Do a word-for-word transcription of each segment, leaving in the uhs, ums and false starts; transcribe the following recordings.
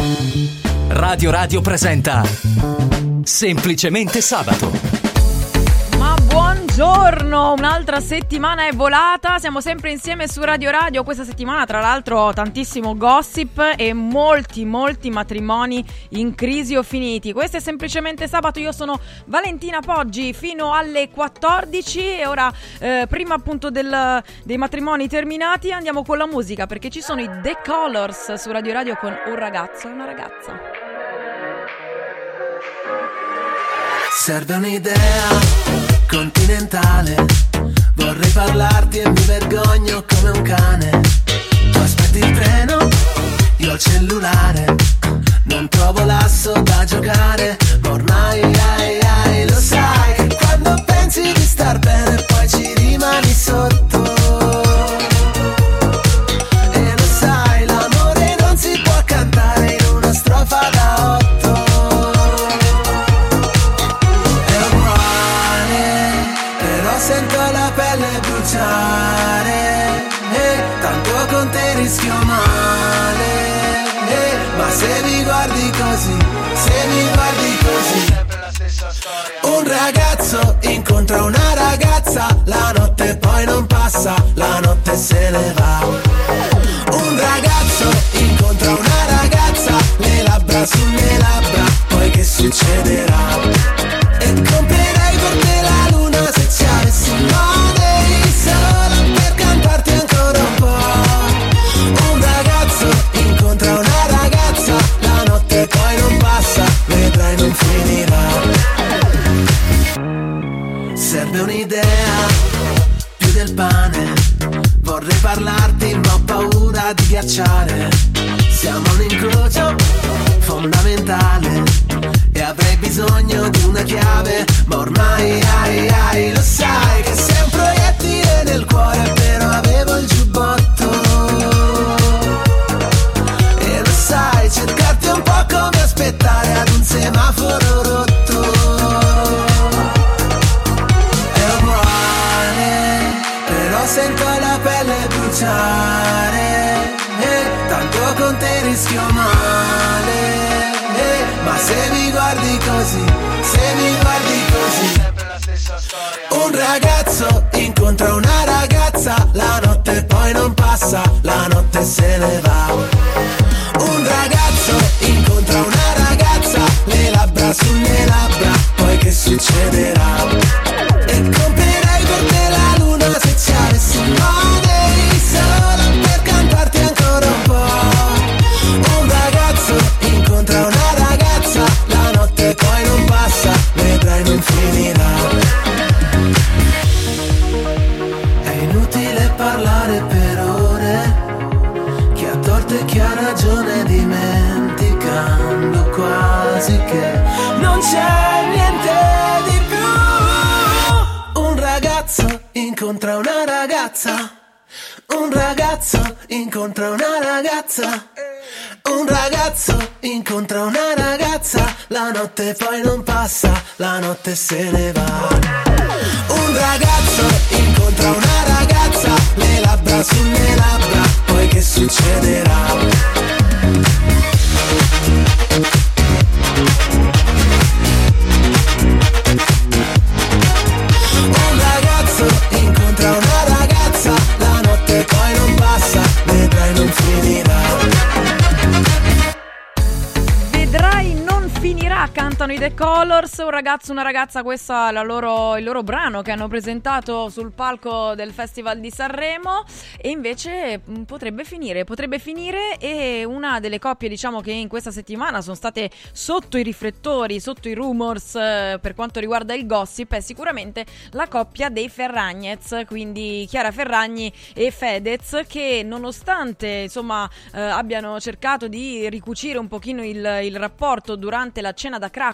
Radio Radio presenta Semplicemente Sabato. Ma buongiorno, un'altra settimana è volata, siamo sempre insieme su Radio Radio. Questa settimana tra l'altro tantissimo gossip e molti molti matrimoni in crisi o finiti. Questo è Semplicemente Sabato, io sono Valentina Poggi fino alle quattordici e ora eh, prima appunto del, dei matrimoni terminati andiamo con la musica, perché ci sono i The Colors su Radio Radio con Un ragazzo e una ragazza. Serve un'idea continentale, vorrei parlarti e mi vergogno come un cane. Tu aspetti il treno, io il cellulare, non trovo l'asso da giocare, ma ormai ai, ai, lo sai che quando pensi di star bene poi ci rimani sotto. E lo sai, l'amore non si può cantare in una strofa da otto. Sento la pelle bruciare, eh, tanto con te rischio male, eh, ma se mi guardi così, se mi guardi così, sempre la stessa storia. Un ragazzo incontra una ragazza, la notte poi non passa, la notte se ne va. Un ragazzo incontra una ragazza, le labbra sulle labbra, poi che succederà? E comprerei per te la luna se ci avessi money, solo per cantarti ancora un po'. Un ragazzo incontra una ragazza, la notte poi non passa, vedrai non finirà. Serve un'idea, più del pane, vorrei parlarti ma ho paura di ghiacciare. Siamo un incrocio fondamentale e avrei bisogno di una chiave, ma ormai ai ai lo sai che sei un proiettile nel cuore, però avevo il giubbotto. E lo sai, cercarti è un po' come aspettare ad un semaforo rotto. È uguale, però sento la pelle bruciare, eh, tanto con te rischio male. Ma se mi guardi così, se mi guardi così, sempre la stessa storia. Un ragazzo incontra una ragazza, la notte poi non passa, la notte se ne va. Un ragazzo incontra una ragazza, le labbra sulle labbra, poi che succederà? E comprerei per te la luna se ci avessi money, solo per cantarti ancora un po'. Un ragazzo incontra una ragazza, la notte poi non passa, vedrai non finirà. È inutile parlare per ore, chi ha torto e chi ha ragione, dimenticando quasi che non c'è niente di più. Un ragazzo incontra una ragazza, un ragazzo incontra una ragazza, un ragazzo incontra una ragazza, la notte poi non passa, la notte se ne va. Un ragazzo incontra una ragazza, le labbra sulle labbra, poi che succederà? Un ragazzo incontra una ragazza, la notte poi non passa, vedrai non finirà. Vedrai non finirà, cantano i The Colors. Un ragazzo, una ragazza, questo è la loro, il loro brano che hanno presentato sul palco del Festival di Sanremo. E invece mh, potrebbe finire, potrebbe finire e una delle coppie, diciamo, che in questa settimana sono state sotto i riflettori, sotto i rumors eh, per quanto riguarda il gossip, è sicuramente la coppia dei Ferragnez, quindi Chiara Ferragni e Fedez, che nonostante insomma eh, abbiano cercato di ricucire un pochino il, il rapporto durante la cena da Cracovia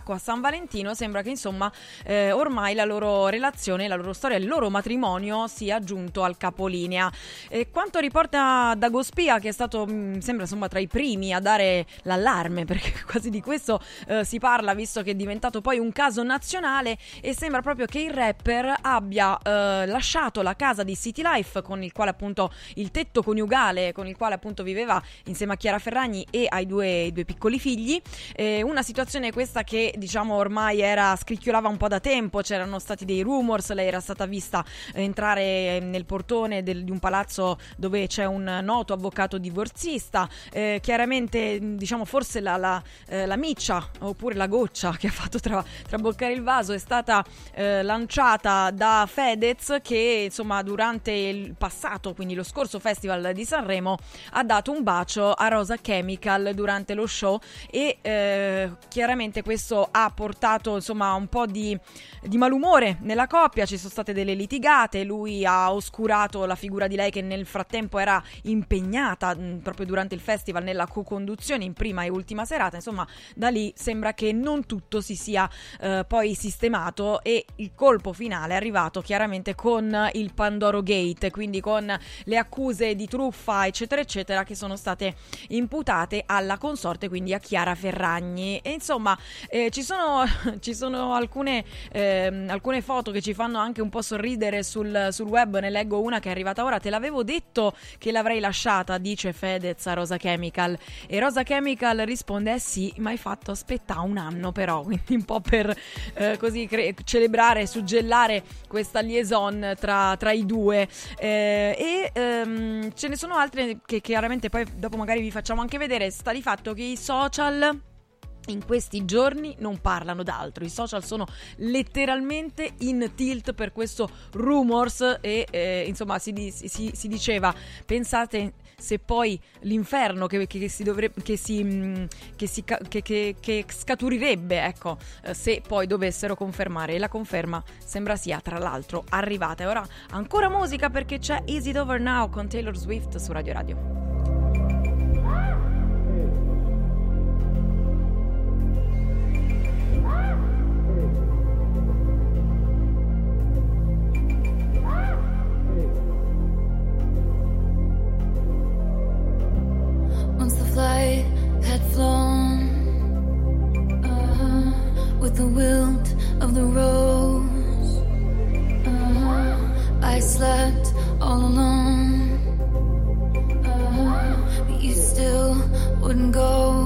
attacco a San Valentino, sembra che insomma eh, ormai la loro relazione, la loro storia, il loro matrimonio sia giunto al capolinea. E quanto riporta Dagospia, che è stato, mi sembra insomma tra i primi a dare l'allarme, perché quasi di questo eh, si parla, visto che è diventato poi un caso nazionale, e sembra proprio che il rapper abbia eh, lasciato la casa di City Life, con il quale appunto il tetto coniugale, con il quale appunto viveva insieme a Chiara Ferragni e ai due, due piccoli figli. Eh, una situazione questa che diciamo ormai era scricchiolava un po' da tempo, c'erano stati dei rumors, lei era stata vista entrare nel portone del, di un palazzo dove c'è un noto avvocato divorzista. Eh, chiaramente diciamo forse la, la, eh, la miccia oppure la goccia che ha fatto tra, traboccare il vaso è stata eh, lanciata da Fedez, che insomma durante il passato, quindi lo scorso Festival di Sanremo, ha dato un bacio a Rosa Chemical durante lo show, e eh, chiaramente questo ha portato insomma un po' di, di malumore nella coppia. Ci sono state delle litigate, lui ha oscurato la figura di lei che nel frattempo era impegnata mh, proprio durante il festival nella co-conduzione in prima e ultima serata. Insomma, da lì sembra che non tutto si sia eh, poi sistemato, e il colpo finale è arrivato chiaramente con il Pandoro Gate, quindi con le accuse di truffa eccetera eccetera che sono state imputate alla consorte, quindi a Chiara Ferragni. E insomma eh, ci sono ci sono alcune eh, alcune foto che ci fanno anche un po' sorridere sul, sul web. Ne leggo una che è arrivata ora: te l'avevo detto che l'avrei lasciata, dice Fedez a Rosa Chemical, e Rosa Chemical risponde: eh sì, ma hai fatto aspettare un anno però, quindi un po' per eh, così cre- celebrare, suggellare questa liaison tra, tra i due. eh, e ehm, ce ne sono altre che chiaramente poi dopo magari vi facciamo anche vedere. Sta di fatto che i social in questi giorni non parlano d'altro, i social sono letteralmente in tilt per questo rumors, e eh, insomma si, si, si diceva, pensate se poi l'inferno che, che, che si dovrebbe che si, che, si che, che, che scaturirebbe, ecco, se poi dovessero confermare, e la conferma sembra sia tra l'altro arrivata. E ora ancora musica, perché c'è Is It Over Now con Taylor Swift su Radio Radio. Once the flight had flown, uh-huh, with the wilt of the rose, uh-huh, I slept all alone, uh-huh, but you still wouldn't go.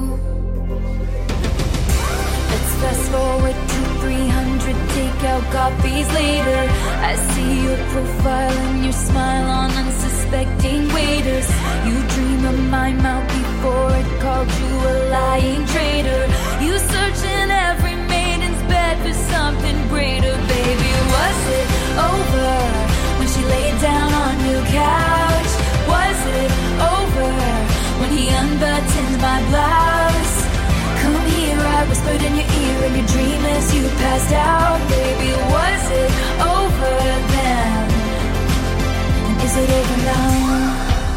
Let's fast forward to three hundred takeout copies later. I see your profile and your smile on unsuspecting waiters. You dream of my mouth before it called you a lying traitor. You search in every maiden's bed for something greater. Baby, was it over when she laid down on your couch? Was it over when he unbuttoned my blouse? Come here, I whispered in your ear in your dream as you passed out. Baby, was it over then? And is it over now?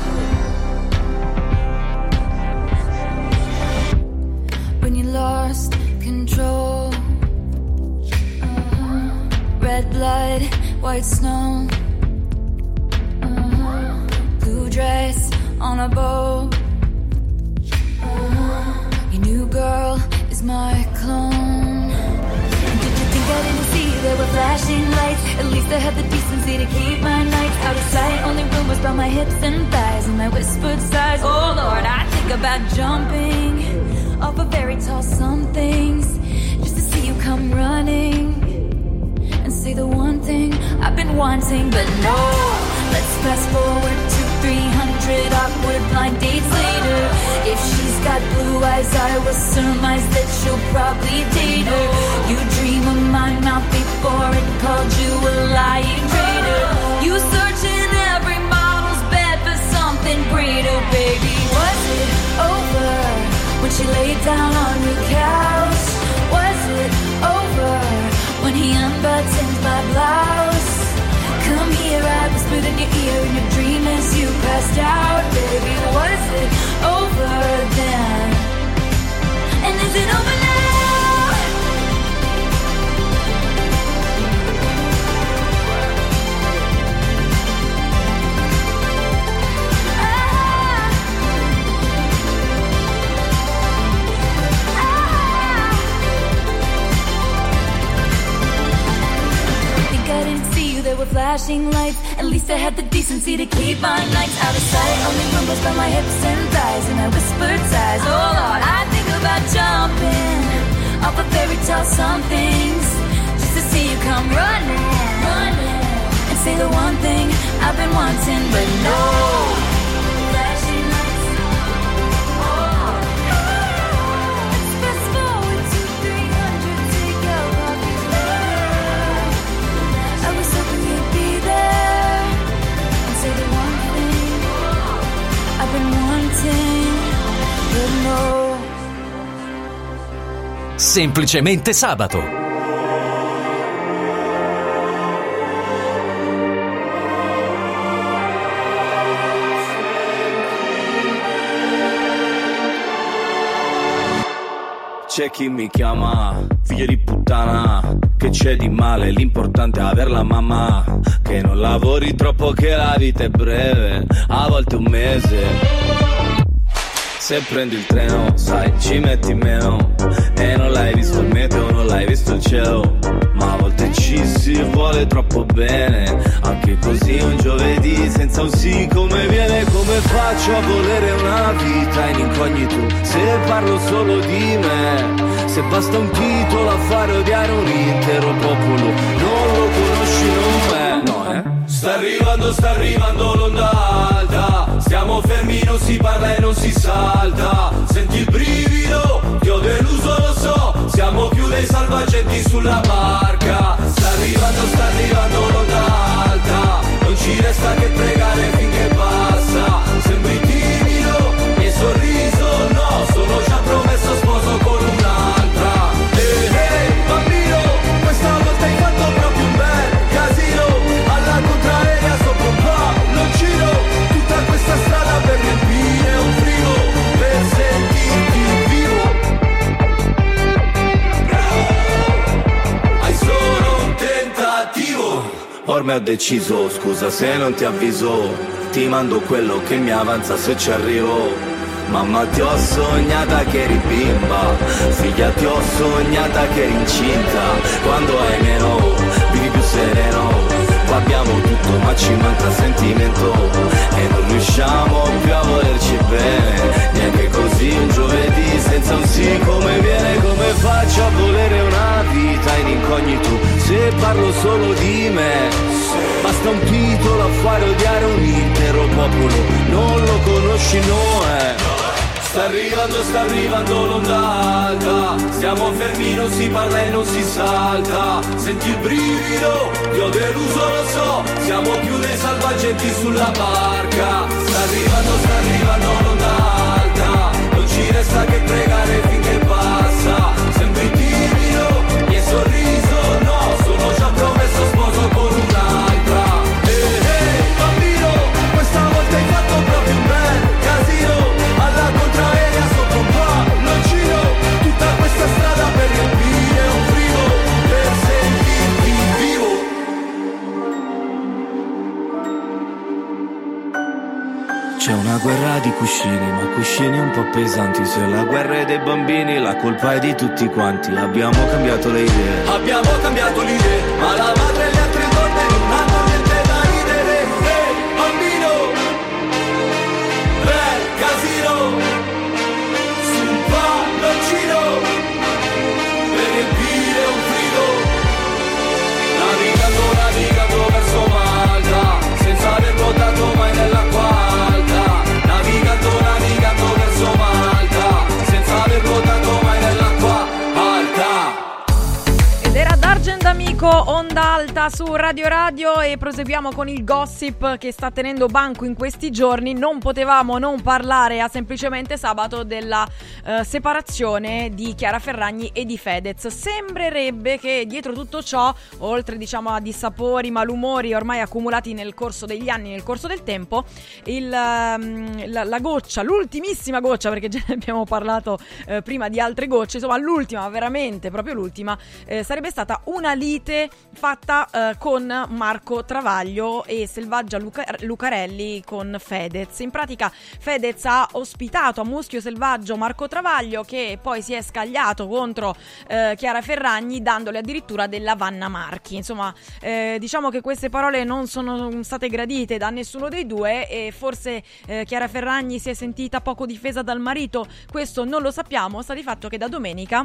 When you lost control, uh-huh, red blood, white snow, uh-huh, blue dress on a boat, uh-huh, your new girl is my clone. And did you think I didn't see there were flashing lights? At least I had the decency to keep my nights out of sight. Only rumors about my hips and thighs and my whispered sighs. Oh Lord, I think about jumping off a very tall somethings just to see you come running and say the one thing I've been wanting. But no, let's fast forward to three hundred awkward blind dates later. If she's got blue eyes, I will surmise that she'll probably date her. You dream of my mouth before it called you a lying traitor. You search in every model's bed for something greater. Baby, was it over when she laid down on your couch? Was it over when he unbuttoned my blouse? Come here, I whispered in your ear in your dream as you passed out. Baby, was it over then? And is it over now? flashing lights. At least I had the decency to keep my nights out of sight. Only rumbles by my hips and thighs, and I whispered sighs. Oh Lord, I think about jumping off a fairy tale somethings, just to see you come running, running, and say the one thing I've been wanting, but no. Flashing lights. Oh. Let's fast forward to three hundred, take out Bobby Blair. I was hoping you'd be there and say the one thing I've been wanting, but no. Semplicemente sabato. C'è chi mi chiama figlio di puttana, che c'è di male, l'importante è averla mamma, che non lavori troppo, che la vita è breve, a volte un mese. Se prendi il treno, sai, ci metti meno, e non l'hai visto il meteo, non l'hai visto il cielo, ma a volte ci si vuole troppo bene, anche così un giovedì senza un sì come viene. Come faccio a volere una vita in incognito se parlo solo di me? Se basta un titolo a fare odiare un intero popolo, non lo conosci, non me, no eh? Sta arrivando, sta arrivando l'onda alta, stiamo fermi, non si parla e non si salta. Senti il brivido, ti ho deluso, lo so, siamo più dei salvagenti sulla barca. Sta arrivando, sta arrivando l'onda alta, non ci resta che pregare finché passa. Sembri timido, e sorriso no, sono già promesso sposo con un'altra. Ehi, hey, bambino, questa volta hai fatto proprio un bel casino, alla contraria sopra un palloncino, tutta questa strada per riempire un frigo, per sentirti vivo. Hai solo un tentativo. Ormai ho deciso, scusa se non ti avviso, ti mando quello che mi avanza se ci arrivo. Mamma ti ho sognata che eri bimba, figlia ti ho sognata che eri incinta. Quando hai meno, vivi più sereno, qua abbiamo tutto ma ci manca sentimento, e non riusciamo più a volerci bene, neanche così un giovedì senza un sì come viene. Come faccio a volere una vita in incognito se parlo solo di me? Basta un titolo a fare odiare un intero popolo, non lo conosci, no eh? Sta arrivando, sta arrivando l'onda alta, stiamo fermi, non si parla e non si salta. Senti il brivido, ti ho deluso, lo so, siamo più dei salvagenti sulla barca. Sta arrivando, sta arrivando l'onda alta, non ci resta che pregare finché passa. Sembri timido, e sorriso no, sono già promesso sposo con un'altra. Ehi, hey, bambino, questa volta hai fatto proprio un bel casino, alla contraerea sopra un palloncino, tutta questa strada per riempire un frigo, per sentirti vivo. C'è una guerra di cuscini, ma cuscini un po' pesanti. Se la guerra è dei bambini, la colpa è di tutti quanti. Abbiamo cambiato le idee, abbiamo cambiato le idee, ma la madre e le altre donne non hanno niente da ridere. Ehi, bambino, bel casino, su un palloncino, per riempire un frigo. Navigando, navigando verso Malta, senza aver nuotato mai nell'acqua alta. Navigando, navigando verso Malta, senza aver nuotato mai nell'acqua alta. Ed era D'Argent Amico, Onda Alta su Radio Radio, e proseguiamo con il gossip che sta tenendo banco in questi giorni. Non potevamo non parlare a Semplicemente Sabato della eh, separazione di Chiara Ferragni e di Fedez. Sembrerebbe che dietro tutto ciò, oltre diciamo a dissapori, malumori ormai accumulati nel corso degli anni, nel corso del tempo, il, um, la, la goccia, l'ultimissima goccia, perché già ne abbiamo parlato eh, prima di altre gocce, insomma l'ultima, veramente proprio l'ultima, eh, sarebbe stata una lite fatta uh, con Marco Travaglio e Selvaggia Luca- Lucarelli con Fedez. In pratica Fedez ha ospitato a Muschio Selvaggio Marco Travaglio, che poi si è scagliato contro uh, Chiara Ferragni, dandole addirittura della Vanna Marchi. Insomma, eh, diciamo che queste parole non sono state gradite da nessuno dei due e forse eh, Chiara Ferragni si è sentita poco difesa dal marito. Questo non lo sappiamo, sta di fatto che da domenica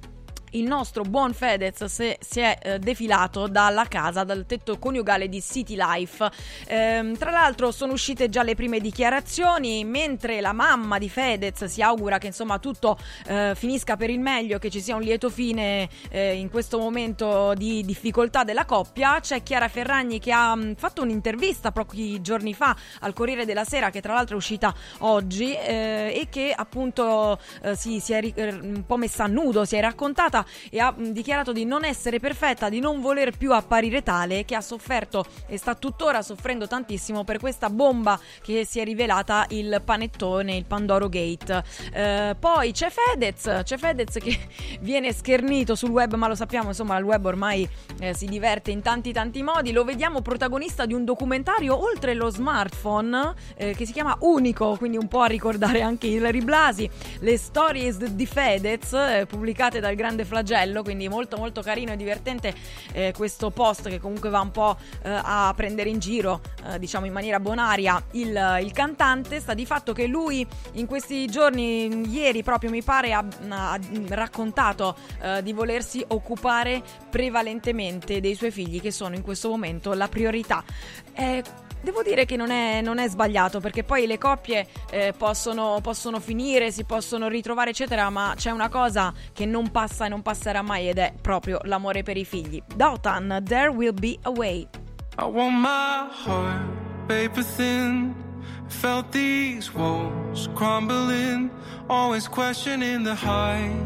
il nostro buon Fedez si, si è eh, defilato dalla casa, dal tetto coniugale di City Life. Ehm, tra l'altro sono uscite già le prime dichiarazioni, mentre la mamma di Fedez si augura che insomma tutto eh, finisca per il meglio, che ci sia un lieto fine eh, in questo momento di difficoltà della coppia. C'è Chiara Ferragni che ha mh, fatto un'intervista pochi giorni fa al Corriere della Sera, che tra l'altro è uscita oggi, eh, e che appunto eh, si, si è ri- un po' messa a nudo, si è raccontata e ha dichiarato di non essere perfetta, di non voler più apparire tale, che ha sofferto e sta tuttora soffrendo tantissimo per questa bomba che si è rivelata il panettone, il Pandoro Gate. Eh, poi c'è Fedez, c'è Fedez che viene schernito sul web, ma lo sappiamo, insomma, il web ormai eh, si diverte in tanti tanti modi. Lo vediamo protagonista di un documentario oltre lo smartphone eh, che si chiama Unico, quindi un po' a ricordare anche Ilary Blasi, le stories di Fedez eh, pubblicate dal grande Flagello, quindi molto molto carino e divertente eh, questo post, che comunque va un po' eh, a prendere in giro eh, diciamo in maniera bonaria il, il cantante. Sta di fatto che lui in questi giorni, ieri proprio mi pare, ha, ha raccontato eh, di volersi occupare prevalentemente dei suoi figli, che sono in questo momento la priorità. eh, Devo dire che non è, non è sbagliato, perché poi le coppie eh, possono, possono finire, si possono ritrovare eccetera, ma c'è una cosa che non passa e non passerà mai, ed è proprio l'amore per i figli. Dotan, There Will Be a Way. I want my heart paper thin, felt these walls crumbling, always questioning the height,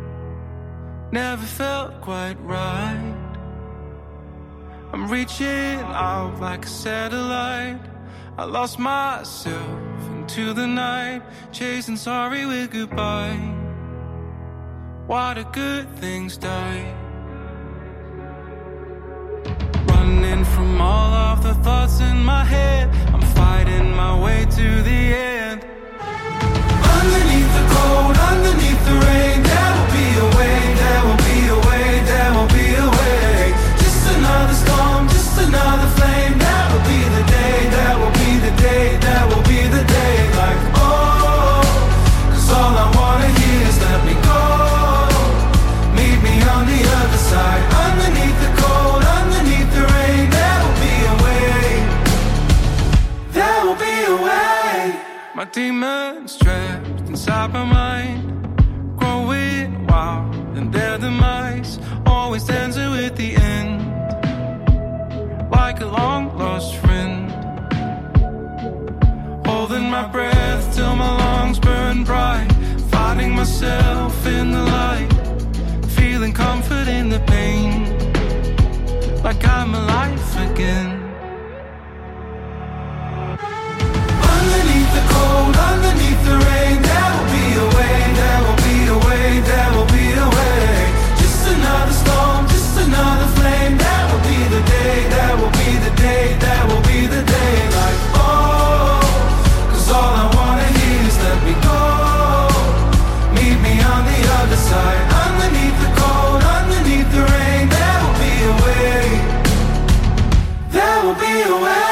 never felt quite right. I'm reaching out like a satellite, I lost myself into the night, chasing sorry with goodbye. Why do good things die? Running from all of the thoughts in my head, I'm fighting my way to the end. Underneath the cold, underneath the rain, there will be a way, there will be a way, there will be a way. Just another storm, just another flame, that will be the day, that will be the day, that will be the day. Like, oh, cause all I wanna hear is let me go, meet me on the other side. Underneath the cold, underneath the rain, there will be a way, there will be a way. My demons trapped inside my mind, growing wild and their demise always ends it with the end, like a long lost friend. Holding my breath till my lungs burn bright, finding myself in the light, feeling comfort in the pain, like I'm alive again. Underneath the cold, underneath the rain, there will be a way, there will be a way, there will be a way. Just another storm, just another flame, that will be the day, that will be the day, that will be the day. Like, oh, cause all I wanna hear is let me go, meet me on the other side. Underneath the cold, underneath the rain, there will be a way, there will be a way.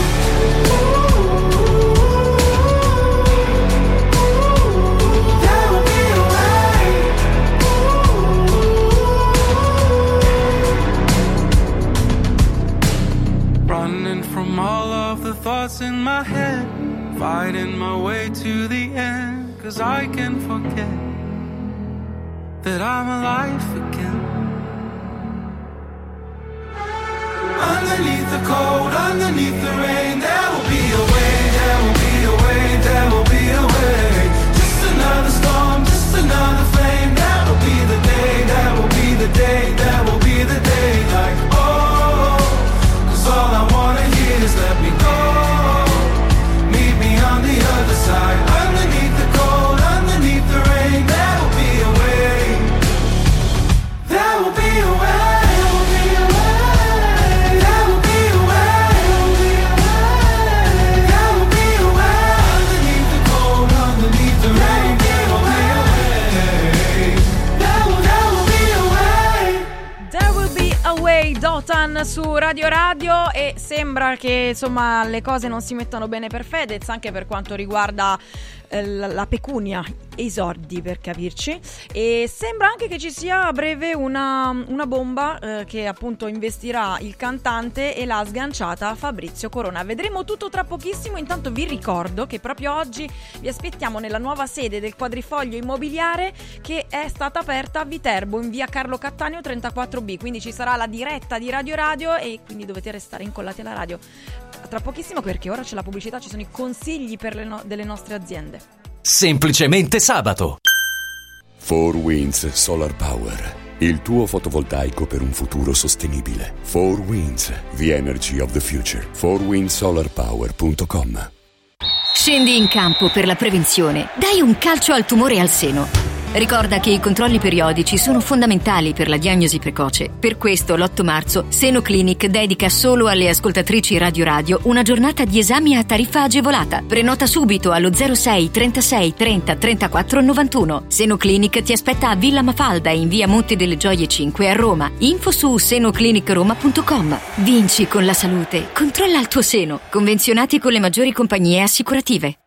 From all of the thoughts in my head, fighting my way to the end, cause I can forget that I'm alive again. Underneath the cold, underneath the rain, there will be a way, there will be a way, there will be a way. Just another storm, just another flame, that will be the day, that will be the day, that will be the day. Like, oh, cause all I wanna hear is let me go, meet me on the other side. Underneath the cold, underneath the rain, there will be a way, there will be a way, there will be a way, Wotan su Radio Radio e sembra che insomma le cose non si mettano bene per Fedez anche per quanto riguarda eh, la, la pecunia, i soldi per capirci, e sembra anche che ci sia a breve una, una bomba eh, che appunto investirà il cantante e l'ha sganciata Fabrizio Corona. Vedremo tutto tra pochissimo. Intanto vi ricordo che proprio oggi vi aspettiamo nella nuova sede del Quadrifoglio Immobiliare che è stata aperta a Viterbo in via Carlo Cattaneo trentaquattro B, quindi ci sarà la diretta di Radio Radio e quindi dovete restare incollati alla radio tra pochissimo perché ora c'è la pubblicità, ci sono i consigli per le no- delle nostre aziende. Semplicemente sabato. four Winds Solar Power, il tuo fotovoltaico per un futuro sostenibile. four Winds, the energy of the future. four wind solar power punto com. Scendi in campo per la prevenzione. Dai un calcio al tumore al seno. Ricorda che i controlli periodici sono fondamentali per la diagnosi precoce. Per questo l'otto marzo Seno Clinic dedica solo alle ascoltatrici Radio Radio una giornata di esami a tariffa agevolata. Prenota subito allo zero sei trentasei trenta trentaquattro novantuno. Seno Clinic ti aspetta a Villa Mafalda in via Monte delle Gioie cinque a Roma. Info su seno clinic roma punto com. Vinci con la salute. Controlla il tuo seno. Convenzionati con le maggiori compagnie assicurative.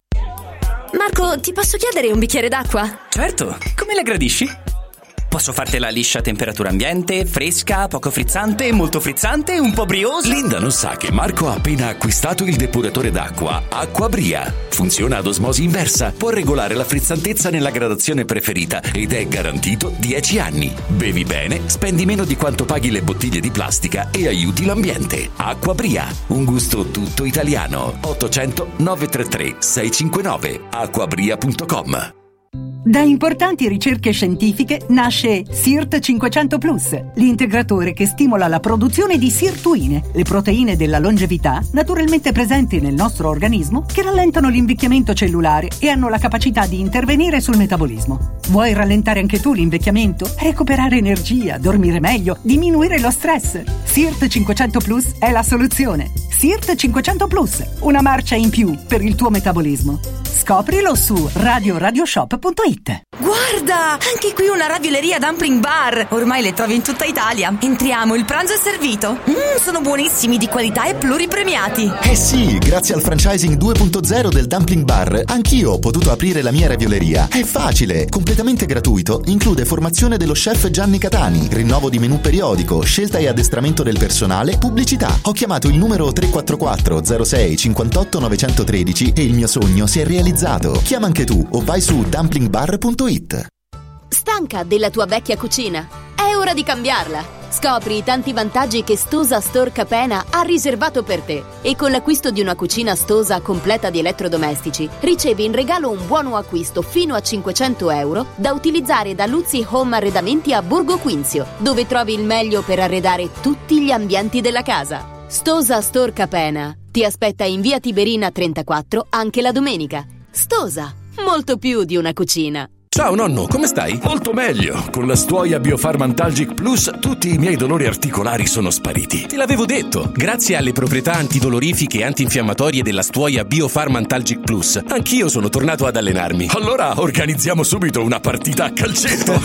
Marco, ti posso chiedere un bicchiere d'acqua? Certo, come la gradisci? Posso fartela liscia a temperatura ambiente, fresca, poco frizzante, molto frizzante, un po' briosa? Linda non sa che Marco ha appena acquistato il depuratore d'acqua Acquabria. Funziona ad osmosi inversa, può regolare la frizzantezza nella gradazione preferita ed è garantito dieci anni. Bevi bene, spendi meno di quanto paghi le bottiglie di plastica e aiuti l'ambiente. Acquabria, un gusto tutto italiano. ottocento nove tre tre sei cinque nove acquabria punto com. Da importanti ricerche scientifiche nasce SIRT cinquecento plus, l'integratore che stimola la produzione di sirtuine, le proteine della longevità naturalmente presenti nel nostro organismo che rallentano l'invecchiamento cellulare e hanno la capacità di intervenire sul metabolismo. Vuoi rallentare anche tu l'invecchiamento? Recuperare energia, dormire meglio, diminuire lo stress? SIRT cinquecento plus è la soluzione. SIRT cinquecento plus, una marcia in più per il tuo metabolismo. Scoprilo su radio radioshop punto it. Guarda, anche qui una ravioleria Dumpling Bar. Ormai le trovi in tutta Italia. Entriamo, il pranzo è servito. Mmm, sono buonissimi, di qualità e pluripremiati. Eh sì, grazie al franchising due punto zero del Dumpling Bar, anch'io ho potuto aprire la mia ravioleria. È facile, completamente gratuito, include formazione dello chef Gianni Catani, rinnovo di menù periodico, scelta e addestramento del personale, pubblicità. Ho chiamato il numero tre quattro quattro zero sei cinquantotto novecentotredici e il mio sogno si è realizzato. Chiama anche tu o vai su dumpling bar punto it. Stanca della tua vecchia cucina? È ora di cambiarla! Scopri i tanti vantaggi che Stosa Store Capena ha riservato per te e con l'acquisto di una cucina Stosa completa di elettrodomestici ricevi in regalo un buono acquisto fino a cinquecento euro da utilizzare da Luzzi Home Arredamenti a Borgo Quinzio, dove trovi il meglio per arredare tutti gli ambienti della casa. Stosa Store Capena ti aspetta in via Tiberina trentaquattro anche la domenica. Stosa, molto più di una cucina. Ciao nonno, come stai? Molto meglio. Con la Stuoia Biofarm Antalgic Plus tutti i miei dolori articolari sono spariti. Te l'avevo detto, grazie alle proprietà antidolorifiche e antinfiammatorie della Stuoia Biofarm Antalgic Plus, anch'io sono tornato ad allenarmi. Allora organizziamo subito una partita a calcetto.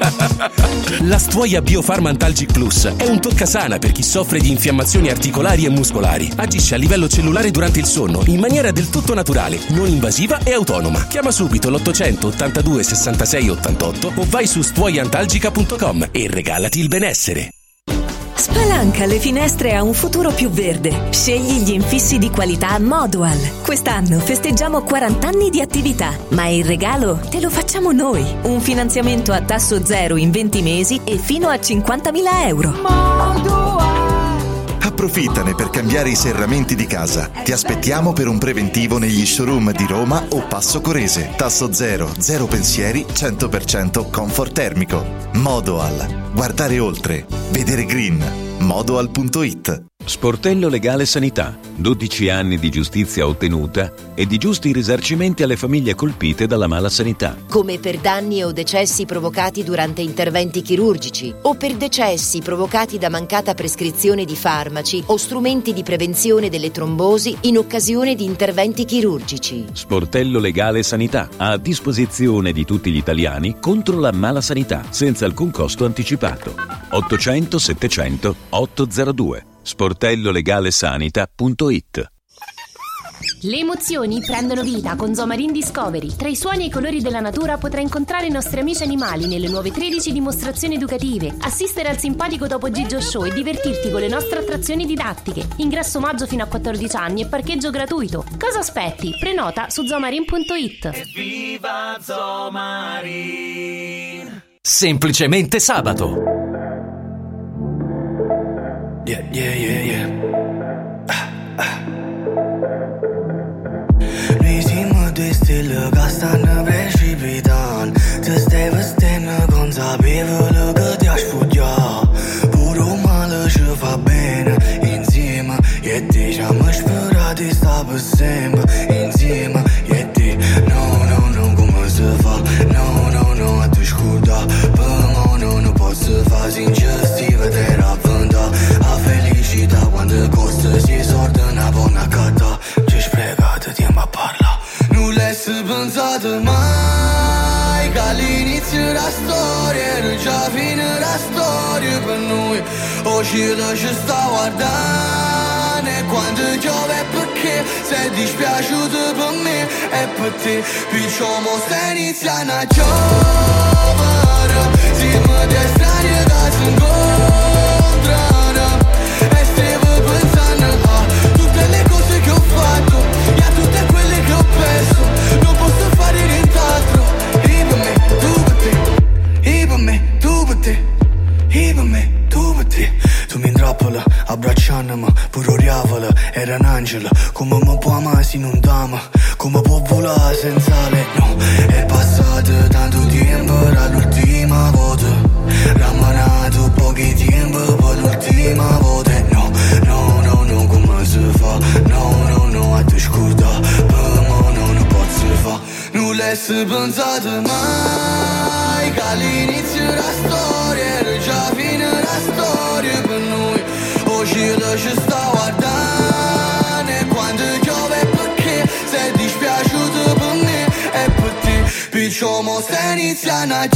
La Stuoia Biofarm Antalgic Plus è un toccasana per chi soffre di infiammazioni articolari e muscolari. Agisce a livello cellulare durante il sonno in maniera del tutto naturale, non invasiva e autonoma. Chiama subito l'ottocento ottantadue sessantasei ottantotto o vai su stuoia antalgica punto com e regalati il benessere. Spalanca le finestre a un futuro più verde. Scegli gli infissi di qualità Modual. Quest'anno festeggiamo quaranta anni di attività, ma il regalo te lo facciamo noi. Un finanziamento a tasso zero in venti mesi e fino a cinquantamila euro. Modual. Approfittane per cambiare i serramenti di casa. Ti aspettiamo per un preventivo negli showroom di Roma o Passo Corese. Tasso zero, zero pensieri, cento per cento comfort termico. Modoal. Guardare oltre. Vedere green. modoal punto it. Sportello Legale Sanità. dodici anni di giustizia ottenuta e di giusti risarcimenti alle famiglie colpite dalla mala sanità. Come per danni o decessi provocati durante interventi chirurgici o per decessi provocati da mancata prescrizione di farmaci o strumenti di prevenzione delle trombosi in occasione di interventi chirurgici. Sportello Legale Sanità. A disposizione di tutti gli italiani contro la mala sanità, senza alcun costo anticipato. ottocento settecento ottocentodue. sportellolegalesanita punto it. Le emozioni prendono vita con Zomarin Discovery. Tra i suoni e i colori della natura potrai incontrare i nostri amici animali nelle nuove tredici dimostrazioni educative, assistere al simpatico Topo Gigio Show e divertirti con le nostre attrazioni didattiche. Ingresso omaggio fino a quattordici anni e parcheggio gratuito. Cosa aspetti? Prenota su zomarin punto it. Viva Zomarin! Semplicemente sabato. Yeah, yeah, yeah, yeah. Ah, ah. Noi siamo due stelle che stanno precipitando. Ti stai vestendo consapevole che ti hai sfuggito. Pure un male ci fa bene insieme. E te ci abbiamo sperato di stare per sempre insieme. E te, no, no, no, come si fa? No, no, no, a te scorda. Per me no, non posso fare sinceramente vedere a venda. A felicità quando costa si sorda una buona cata. Ci sprecate tempo a parlare. Non l'hai pensato mai che all'inizio la storia era già fine la storia per noi. O cielo ci sta guardando e quando piove perché sei dispiaciuto per me e per te. Perciò mo stai iniziando a giovere. Siamo due strani che si incontrano e stavo pensando a tutte le cose che ho fatto e a tutte quelle che ho perso. Non posso fare nient'altro. E per me, tu per te. E per me, tu per te. E per me, tu per te. Tu mi intrappola, abbracciandomi, pure oriavola. Era un angelo, come mi può amare se non t'ama. Come può volare senza lei, no. È passato tanto tempo dall'ultima volta. Rammanato pochi tempo per l'ultima volta. No, no, no, no, come si fa? No, no, no, a te scorda. Per me no, non posso fa. Non l'hai pensato mai che all'inizio la storia era già fine la storia per noi. O cielo ci sta guardando e quando piove perché sei dispiaciuto per me e per te. Perciò mo stai iniziando a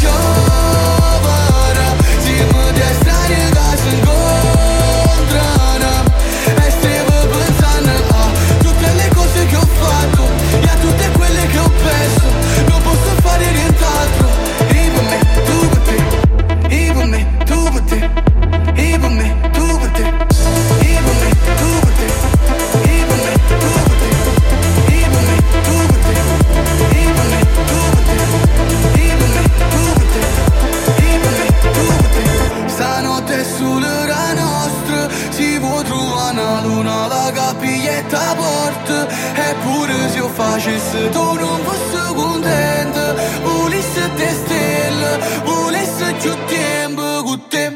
giovere. Siamo due strani che si incontrano e stavo pensando a tutte le cose che ho fatto e a tutte quelle che ho perso. Non posso fare nient'altro. E per me, tu per te. E per me, tu per te. E per me, tu per te. E per me, tu per te. E per me, tu per te. E per me, tu per te. E per me, tu per te. E per me, tu per te. E per me, tu per te. Stanotte sulla nostra si può trovare una luna, la capiglietta porta. Eppure se io facessi tu non fossi contento. Volessi te stelle, volessi più tempo con te.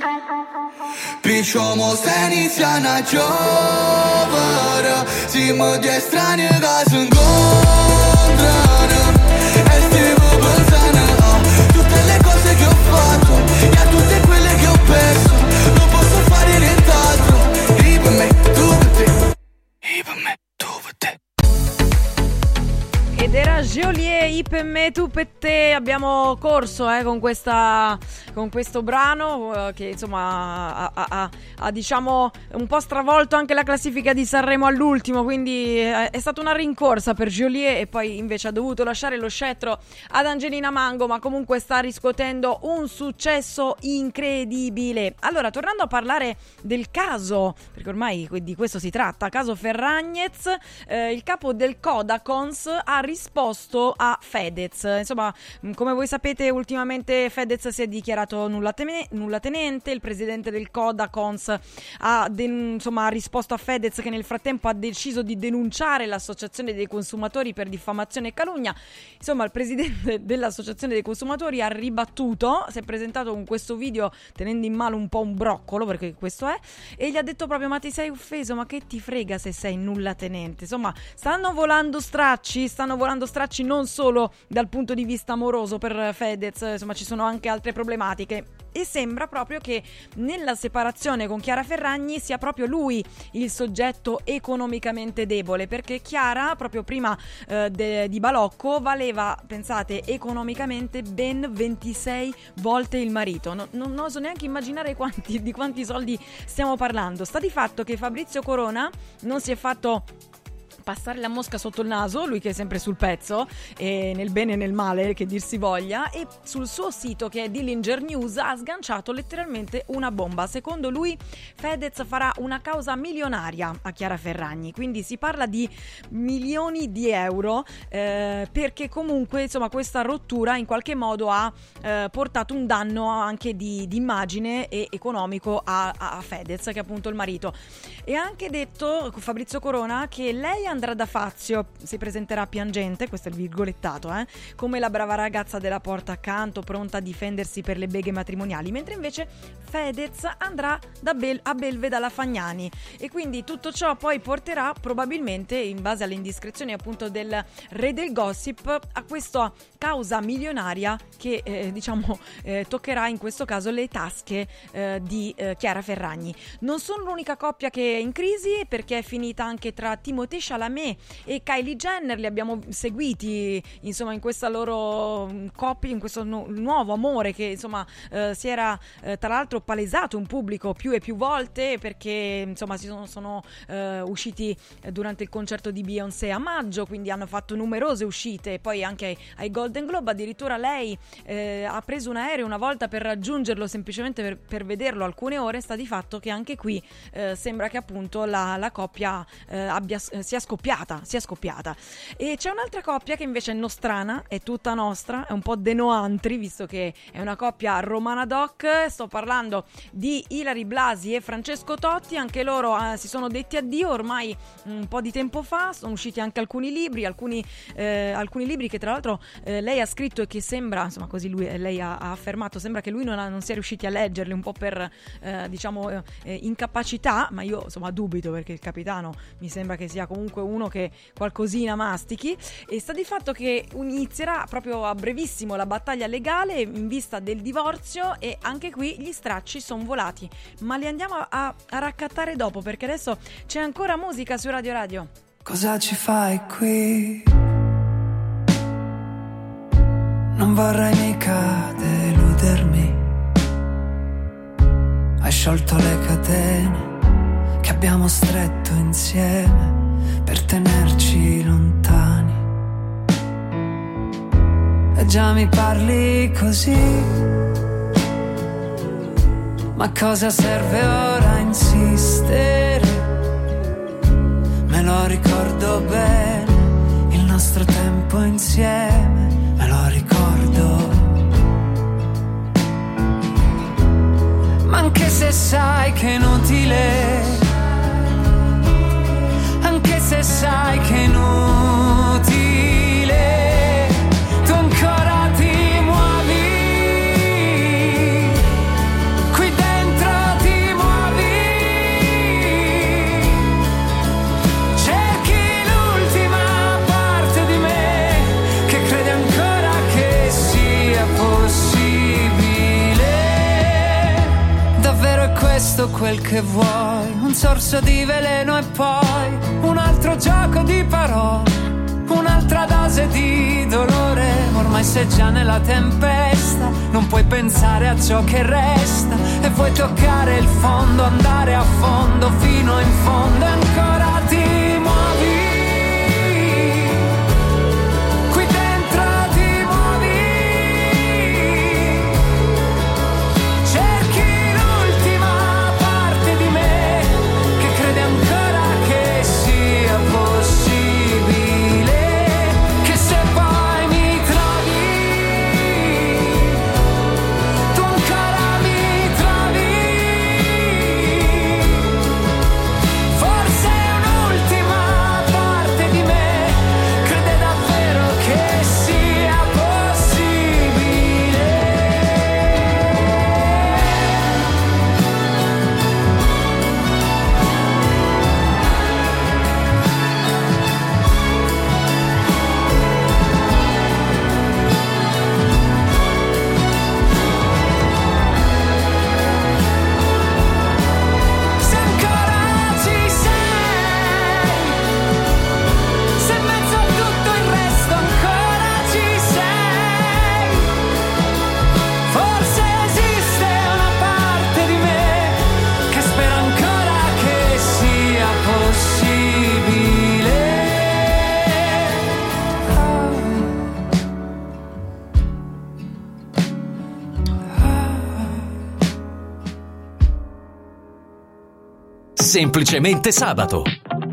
Perciò mo stai iniziando a giovere. Siamo due strani che si incontrano e stavo pensando a tutte le cose che ho fatto e a tutte quelle che ho perso. Non posso fare nient'altro. E per me, tu per te. E per me, tu per te. Ed era Geolier, I per me, tu per te. Abbiamo corso eh, con questa con questo brano eh, che insomma ha, ha, ha, ha diciamo un po' stravolto anche la classifica di Sanremo all'ultimo, quindi eh, è stata una rincorsa per Geolier e poi invece ha dovuto lasciare lo scettro ad Angelina Mango, ma comunque sta riscuotendo un successo incredibile. Allora, tornando a parlare del caso, perché ormai di questo si tratta, caso Ferragnez, eh, il capo del Codacons ha risposto a Fedez. Insomma, come voi sapete, ultimamente Fedez si è dichiarato nulla, teme- nulla tenente. Il presidente del Codacons ha, den- insomma, ha risposto a Fedez che nel frattempo ha deciso di denunciare l'associazione dei consumatori per diffamazione e calunnia. Insomma, il presidente dell'associazione dei consumatori ha ribattuto, si è presentato con questo video tenendo in mano un po' un broccolo, perché questo è, e gli ha detto proprio: ma ti sei offeso? Ma che ti frega se sei nulla tenente? Insomma, stanno volando stracci, stanno volando stracci non solo dal punto di vista amoroso per Fedez, insomma ci sono anche altre problematiche. E sembra proprio che nella separazione con Chiara Ferragni sia proprio lui il soggetto economicamente debole, perché Chiara proprio prima eh, de, di Balocco valeva, pensate, economicamente ben ventisei volte il marito. No, non oso neanche immaginare quanti, di quanti soldi stiamo parlando. Sta di fatto che Fabrizio Corona non si è fatto passare la mosca sotto il naso, lui che è sempre sul pezzo, e nel bene e nel male, che dir si voglia, e sul suo sito, che è Dillinger News, ha sganciato letteralmente una bomba. Secondo lui Fedez farà una causa milionaria a Chiara Ferragni, quindi si parla di milioni di euro, eh, perché comunque insomma questa rottura in qualche modo ha eh, portato un danno anche di, di immagine e economico a, a Fedez, che è appunto il marito. E ha anche detto Fabrizio Corona che lei andrà da Fazio, si presenterà piangente, questo è il virgolettato, eh, come la brava ragazza della porta accanto, pronta a difendersi per le beghe matrimoniali, mentre invece Fedez andrà da Bel- a Belve dalla Fagnani. E quindi tutto ciò poi porterà probabilmente, in base alle indiscrezioni appunto del re del gossip, a questa causa milionaria che eh, diciamo eh, toccherà in questo caso le tasche eh, di eh, Chiara Ferragni. Non sono l'unica coppia che è in crisi, perché è finita anche tra Timothée Chalamet e Kylie Jenner. Li abbiamo seguiti insomma in questa loro coppia, in questo nu- nuovo amore che insomma eh, si era eh, tra l'altro palesato in pubblico più e più volte, perché insomma si sono, sono eh, usciti durante il concerto di Beyoncé a maggio, quindi hanno fatto numerose uscite, poi anche ai, ai Golden Globe. Addirittura lei eh, ha preso un aereo una volta per raggiungerlo, semplicemente per, per vederlo alcune ore. Sta di fatto che anche qui eh, sembra che appunto la, la coppia eh, abbia, sia scoppiata, sia scoppiata. E c'è un'altra coppia che invece è nostrana, è tutta nostra, è un po' De Noantri, visto che è una coppia romana doc. Sto parlando di Ilary Blasi e Francesco Totti. Anche loro eh, si sono detti addio ormai un po' di tempo fa, sono usciti anche alcuni libri, alcuni, eh, alcuni libri che tra l'altro eh, lei ha scritto e che sembra, insomma così lui, lei ha, ha affermato, sembra che lui non, ha, non sia riusciti a leggerli, un po' per eh, diciamo eh, incapacità, ma io insomma dubito, perché il capitano mi sembra che sia comunque uno che qualcosina mastichi. E sta di fatto che inizierà proprio a brevissimo la battaglia legale in vista del divorzio, e anche qui gli stracci sono volati, ma li andiamo a, a raccattare dopo, perché adesso c'è ancora musica su Radio Radio. Cosa ci fai qui? Non vorrei mica deludermi. Hai sciolto le catene che abbiamo stretto insieme per tenerci lontani. E già mi parli così, ma cosa serve ora insistere? Me lo ricordo bene, il nostro tempo insieme, me lo ricordo. Ma anche se sai che è inutile, anche se sai che è inutile, tu ancora ti muovi, qui dentro ti muovi, cerchi l'ultima parte di me che crede ancora che sia possibile. Davvero è questo quel che vuoi? Un sorso di veleno e poi un altro gioco di parole, un'altra dose di dolore. Ormai sei già nella tempesta, non puoi pensare a ciò che resta, e vuoi toccare il fondo, andare a fondo fino in fondo, e ancora ti muovi, qui dentro ti muovi, cerchi l'ultima parte di me che crede ancora che sia possibile, che se poi mi trovi, tu ancora mi trovi, forse è un'ultima semplicemente sabato.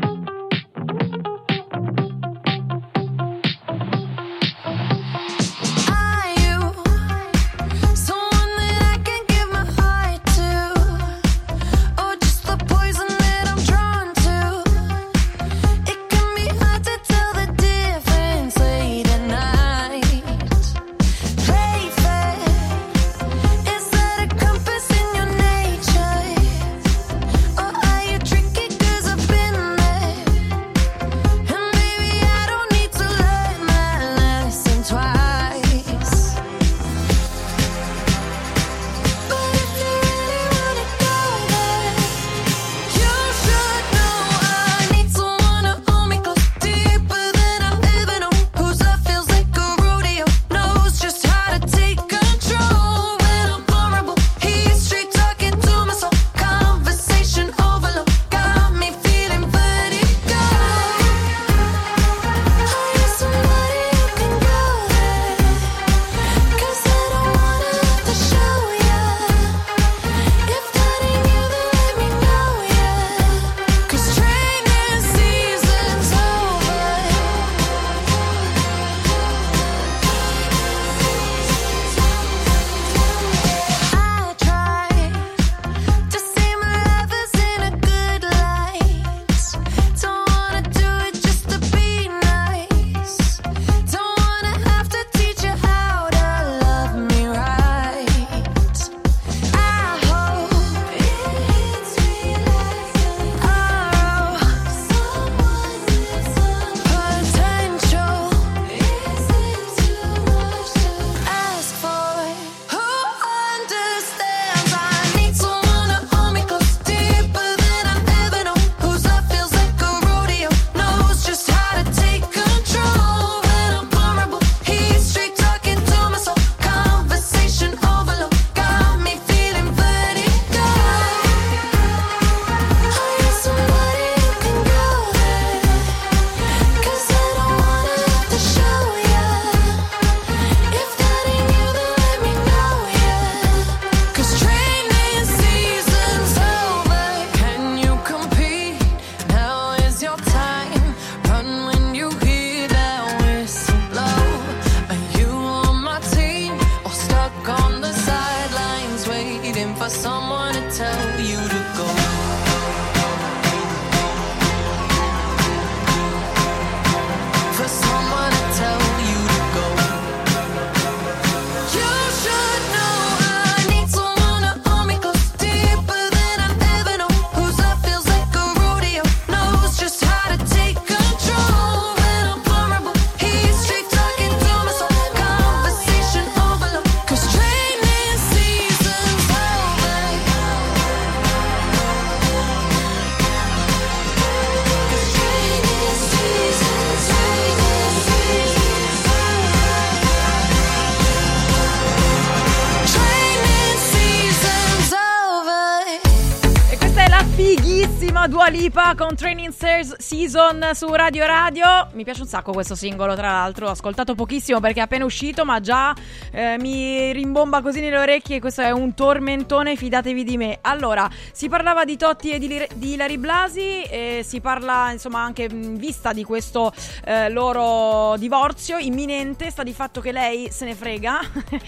Dua Lipa con Training Season su Radio Radio. Mi piace un sacco questo singolo, tra l'altro. Ho ascoltato pochissimo perché è appena uscito, ma già eh, mi rimbomba così nelle orecchie. Questo è un tormentone, fidatevi di me. Allora, si parlava di Totti e di, di Ilary Blasi e si parla, insomma, anche in vista di questo eh, loro divorzio imminente. Sta di fatto che lei se ne frega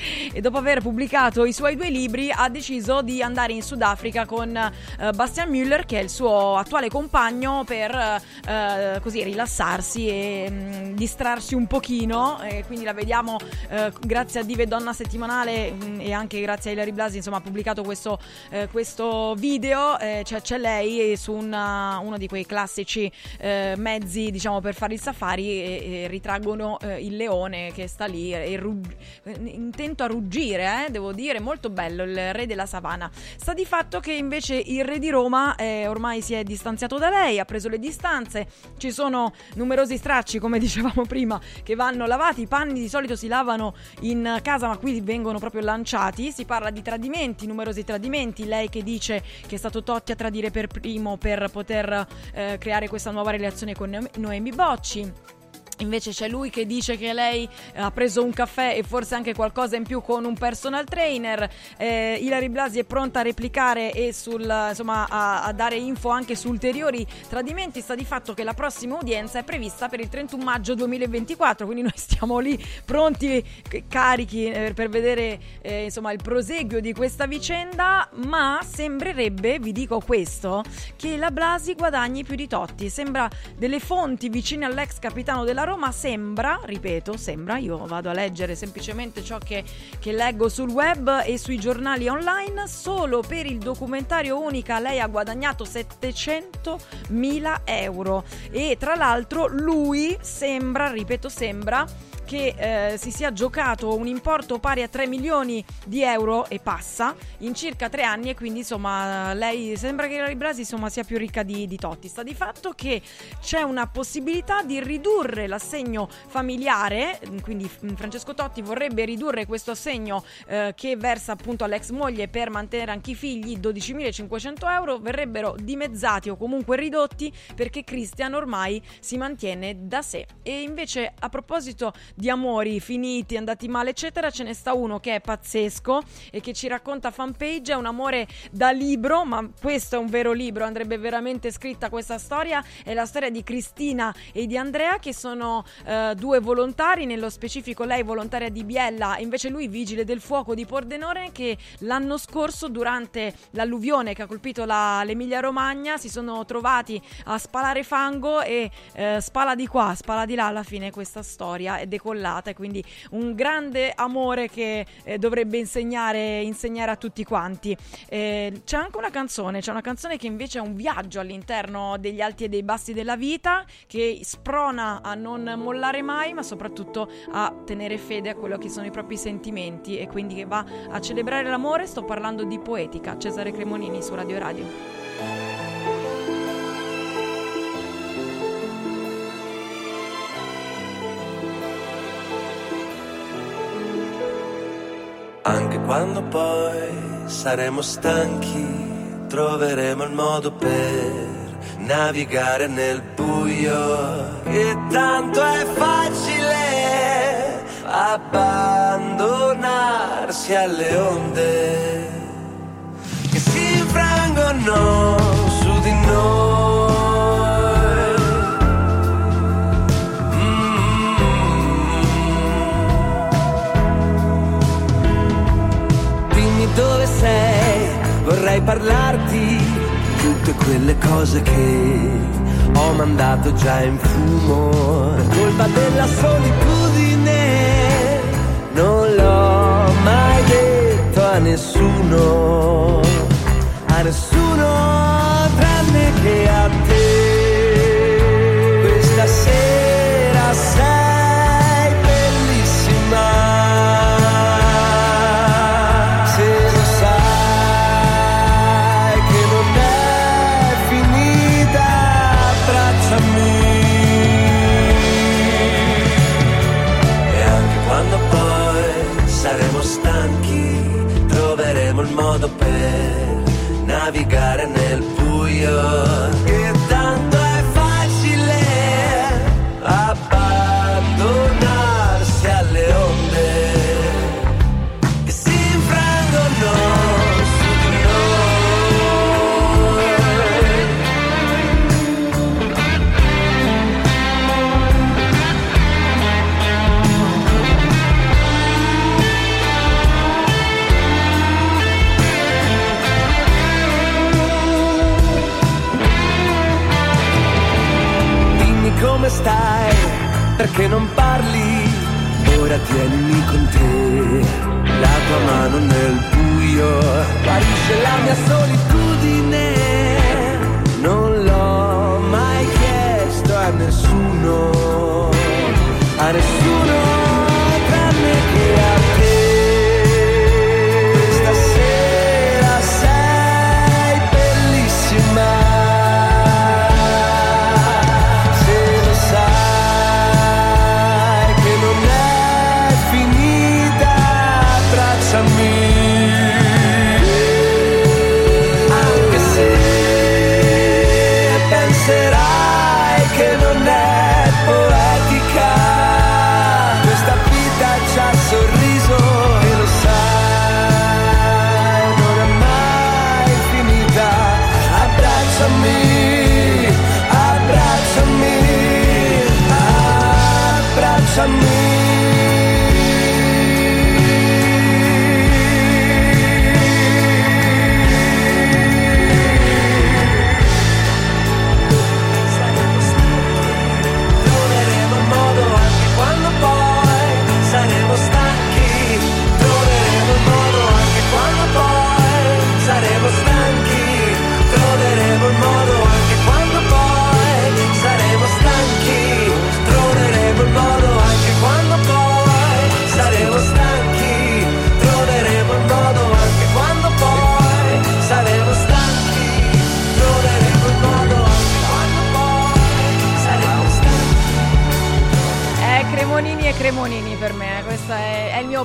e dopo aver pubblicato i suoi due libri ha deciso di andare in Sudafrica con eh, Bastian Müller, che è il suo attuale compagno, per eh, così rilassarsi e mh, distrarsi un pochino, e quindi la vediamo eh, grazie a Dive Donna Settimanale mh, e anche grazie a Ilary Blasi, insomma, ha pubblicato questo, eh, questo video, eh, cioè c'è lei su una, uno di quei classici eh, mezzi, diciamo, per fare il safari, e, e ritraggono eh, il leone che sta lì e rug- intento a ruggire, eh, devo dire, molto bello, il re della savana. Sta di fatto che invece il re di Roma eh, ormai si è distanziato da lei, ha preso le distanze, ci sono numerosi stracci, come dicevamo prima, che vanno lavati. I panni di solito si lavano in casa, ma qui vengono proprio lanciati. Si parla di tradimenti, numerosi tradimenti, lei che dice che è stato Totti a tradire per primo per poter eh, creare questa nuova relazione con Noemi Bocci. Invece c'è lui che dice che lei ha preso un caffè e forse anche qualcosa in più con un personal trainer. eh, Ilary Blasi è pronta a replicare e sul, insomma a, a dare info anche su ulteriori tradimenti. Sta di fatto che la prossima udienza è prevista per il trentuno maggio duemilaventiquattro, quindi noi stiamo lì pronti, carichi eh, per vedere eh, insomma il proseguio di questa vicenda. Ma sembrerebbe, vi dico questo, che la Blasi guadagni più di Totti. Sembra, delle fonti vicine all'ex capitano della Roma, sembra, ripeto, sembra, io vado a leggere semplicemente ciò che, che leggo sul web e sui giornali online, solo per il documentario Unica lei ha guadagnato settecentomila euro e tra l'altro lui sembra, ripeto sembra, che eh, si sia giocato un importo pari a tre milioni di euro e passa in circa tre anni, e quindi insomma lei sembra che Ilary Blasi insomma sia più ricca di, di Totti. Sta di fatto che c'è una possibilità di ridurre l'assegno familiare, quindi Francesco Totti vorrebbe ridurre questo assegno eh, che versa appunto all'ex moglie per mantenere anche i figli, dodicimilacinquecento euro, verrebbero dimezzati o comunque ridotti perché Christian ormai si mantiene da sé. E invece, a proposito di amori finiti, andati male eccetera, ce ne sta uno che è pazzesco e che ci racconta Fanpage. È un amore da libro, ma questo è un vero libro, andrebbe veramente scritta questa storia. È la storia di Cristina e di Andrea, che sono eh, due volontari, nello specifico lei volontaria di Biella e invece lui vigile del fuoco di Pordenone, che l'anno scorso durante l'alluvione che ha colpito la, l'Emilia Romagna si sono trovati a spalare fango e eh, spala di qua, spala di là, alla fine questa storia è decollata. E quindi un grande amore che eh, dovrebbe insegnare, insegnare a tutti quanti. Eh, c'è anche una canzone, c'è una canzone che invece è un viaggio all'interno degli alti e dei bassi della vita, che sprona a non mollare mai, ma soprattutto a tenere fede a quello che sono i propri sentimenti, e quindi che va a celebrare l'amore. Sto parlando di Poetica, Cesare Cremonini su Radio Radio. Anche quando poi saremo stanchi, troveremo il modo per navigare nel buio. E tanto è facile abbandonarsi alle onde che si infrangono su di noi. Dove sei? Vorrei parlarti tutte quelle cose che ho mandato già in fumo. È colpa della solitudine, non l'ho mai detto a nessuno, a nessuno tranne che a te. Questa sera sei bellissima. Saremo stanchi, troveremo il modo per navigare nel buio. E tanto è facile abbandonarsi alle onde che si infrangono su di come stai? Perché non parli? Ora tienimi con te, la tua mano nel buio, guarisce la mia solitudine. Non l'ho mai chiesto a nessuno, a nessuno tranne che a te. Questa sera sei bellissima. Anche se penserai che non è poetica,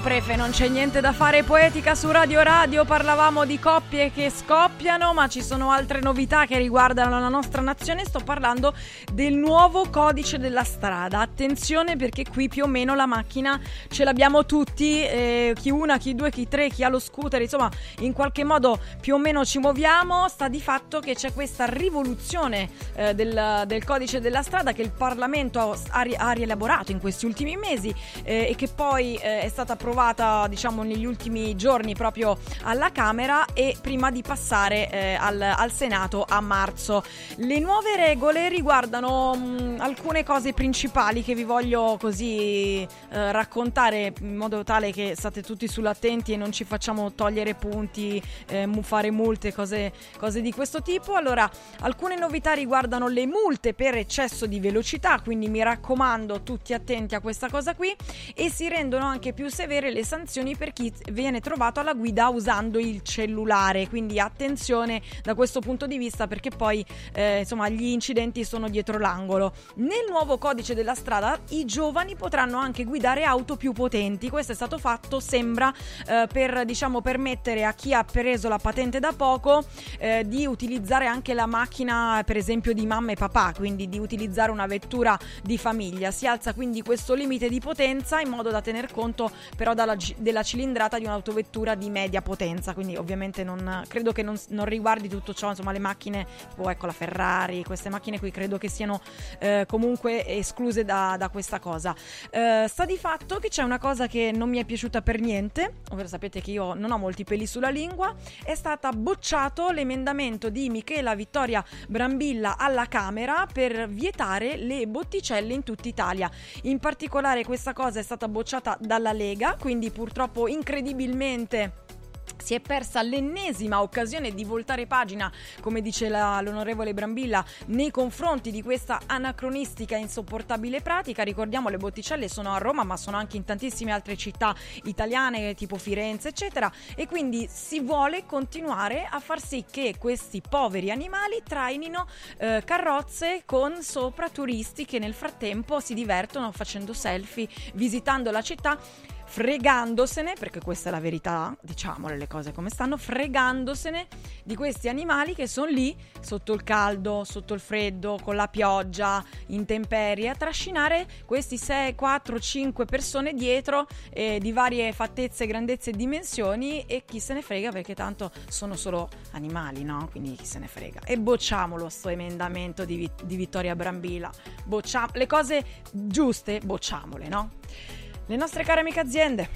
Prefe, non c'è niente da fare, poetica su Radio Radio. Parlavamo di coppie che scoppiano, ma ci sono altre novità che riguardano la nostra nazione. Sto parlando del nuovo codice della strada. Attenzione, perché qui più o meno la macchina ce l'abbiamo tutti, eh, chi una, chi due, chi tre, chi ha lo scooter, insomma in qualche modo più o meno ci muoviamo. Sta di fatto che c'è questa rivoluzione eh, del, del codice della strada che il Parlamento ha, ha rielaborato in questi ultimi mesi eh, e che poi eh, è stata approvata, diciamo, negli ultimi giorni proprio alla Camera e prima di passare eh, al, al Senato a marzo. Le nuove regole riguardano mh, alcune cose principali che vi voglio così eh, raccontare in modo tale che state tutti sull'attenti e non ci facciamo togliere punti, eh, fare multe, cose, cose di questo tipo. Allora, alcune novità riguardano le multe per eccesso di velocità, quindi mi raccomando tutti attenti a questa cosa qui, e si rendono anche più severe le sanzioni per chi viene trovato alla guida usando il cellulare, quindi attenzione da questo punto di vista, perché poi eh, insomma gli incidenti sono dietro l'angolo. Nel nuovo codice della strada i giovani potranno anche guidare auto più potenti. Questo è stato fatto, sembra, eh, per diciamo permettere a chi ha preso la patente da poco eh, di utilizzare anche la macchina, per esempio di mamma e papà, quindi di utilizzare una vettura di famiglia. Si alza quindi questo limite di potenza in modo da tener conto però dalla, della cilindrata di un'autovettura di media potenza, quindi ovviamente non credo che non, non riguardi tutto ciò, insomma le macchine tipo ecco la Ferrari, queste macchine qui credo che siano eh, comunque escluse da, da questa cosa. Eh, sta di fatto che c'è una cosa che non mi è piaciuta per niente, ovvero sapete che io non ho molti peli sulla lingua. È stata bocciato l'emendamento di Michela Vittoria Brambilla alla Camera per vietare le botticelle in tutta Italia. In particolare questa cosa è stata bocciata dalla Lega, quindi purtroppo incredibilmente si è persa l'ennesima occasione di voltare pagina, come dice la, l'onorevole Brambilla, nei confronti di questa anacronistica e insopportabile pratica. Ricordiamo, le botticelle sono a Roma, ma sono anche in tantissime altre città italiane, tipo Firenze, eccetera, e quindi si vuole continuare a far sì che questi poveri animali trainino eh, carrozze con sopra turisti che nel frattempo si divertono facendo selfie, visitando la città, fregandosene, perché questa è la verità, diciamole le cose come stanno, fregandosene di questi animali che sono lì sotto il caldo, sotto il freddo, con la pioggia, intemperie, a trascinare questi sei, quattro, cinque persone dietro eh, di varie fattezze, grandezze e dimensioni, e chi se ne frega, perché tanto sono solo animali, no? Quindi chi se ne frega. E bocciamolo sto emendamento di, di Vittoria Brambilla, bocciamo le cose giuste, bocciamole, no? Le nostre care amiche aziende.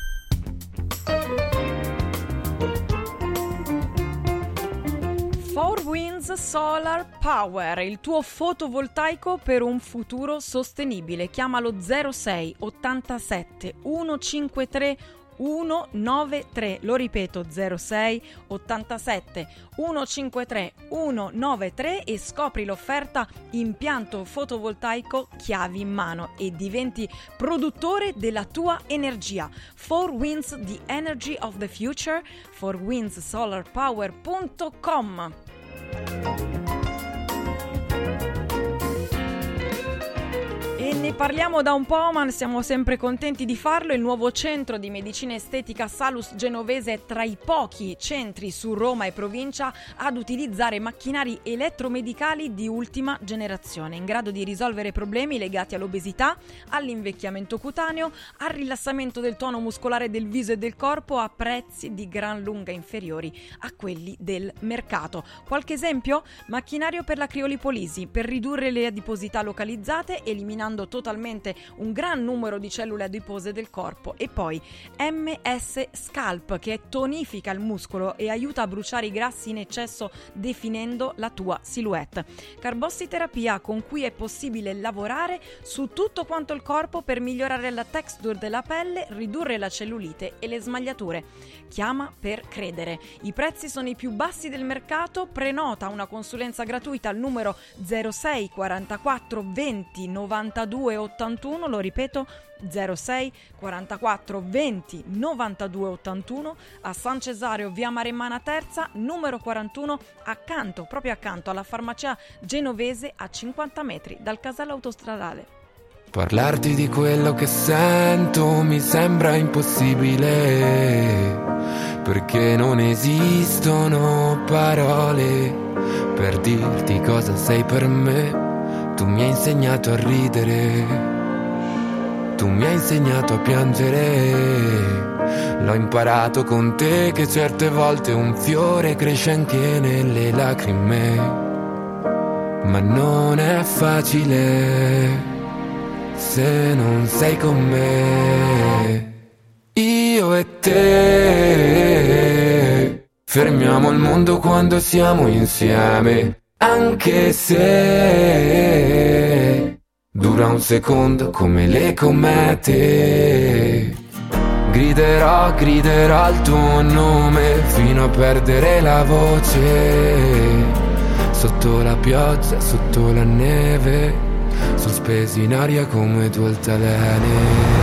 four Winds Solar Power, il tuo fotovoltaico per un futuro sostenibile. Chiamalo zero sei ottantasette centocinquantatré centonovantatré, lo ripeto, zero sei ottantasette centocinquantatré centonovantatré, e scopri l'offerta impianto fotovoltaico chiavi in mano e diventi produttore della tua energia. four Winds, the energy of the future, four winds solar power punto com. E ne parliamo da un po', ma siamo sempre contenti di farlo. Il nuovo centro di medicina estetica Salus Genovese è tra i pochi centri su Roma e provincia ad utilizzare macchinari elettromedicali di ultima generazione, in grado di risolvere problemi legati all'obesità, all'invecchiamento cutaneo, al rilassamento del tono muscolare del viso e del corpo, a prezzi di gran lunga inferiori a quelli del mercato. Qualche esempio? Macchinario per la criolipolisi, per ridurre le adiposità localizzate, eliminando totalmente un gran numero di cellule adipose del corpo, e poi M S Scalp, che tonifica il muscolo e aiuta a bruciare i grassi in eccesso definendo la tua silhouette. Carbossiterapia, con cui è possibile lavorare su tutto quanto il corpo per migliorare la texture della pelle, ridurre la cellulite e le smagliature. Chiama per credere. I prezzi sono i più bassi del mercato. Prenota una consulenza gratuita al numero zero sei quarantaquattro venti novantadue ottantuno, lo ripeto, zero sei quarantaquattro venti novantadue ottantuno, a San Cesareo, via Maremmana Terza, numero quarantuno, accanto, proprio accanto alla farmacia genovese, a cinquanta metri dal casello autostradale. Parlarti di quello che sento mi sembra impossibile, perché non esistono parole per dirti cosa sei per me. Tu mi hai insegnato a ridere, tu mi hai insegnato a piangere. L'ho imparato con te che certe volte un fiore cresce anche nelle lacrime, ma non è facile se non sei con me. Io e te fermiamo il mondo quando siamo insieme, anche se dura un secondo come le comete. Griderò, griderò il tuo nome fino a perdere la voce, sotto la pioggia, sotto la neve, sospesi in aria come due altalene.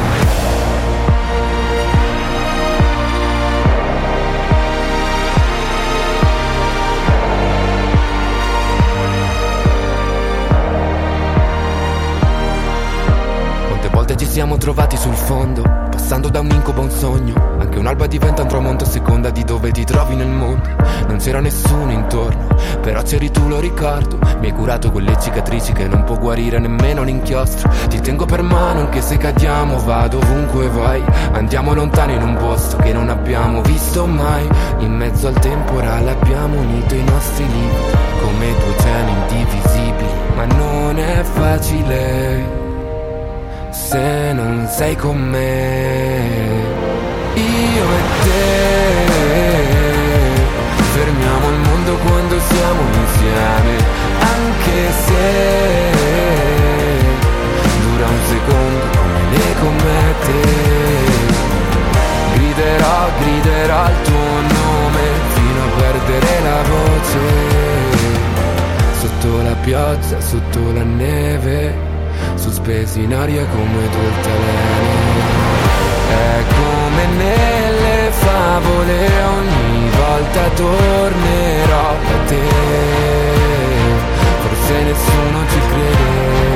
Ci siamo trovati sul fondo, passando da un incubo a un sogno. Anche un'alba diventa un tramonto a seconda di dove ti trovi nel mondo. Non c'era nessuno intorno, però c'eri tu, lo ricordo. Mi hai curato quelle cicatrici che non può guarire nemmeno l'inchiostro. Ti tengo per mano anche se cadiamo, vado ovunque vai. Andiamo lontano in un posto che non abbiamo visto mai. In mezzo al temporale abbiamo unito i nostri limiti come due oceani indivisibili, ma non è facile se non sei con me. Io e te fermiamo il mondo quando siamo insieme, anche se dura un secondo come le comete. Griderò, griderò il tuo nome fino a perdere la voce, sotto la pioggia, sotto la neve, sospesi in aria come due altalene. È come nelle favole, ogni volta tornerò da te. Forse nessuno ci crede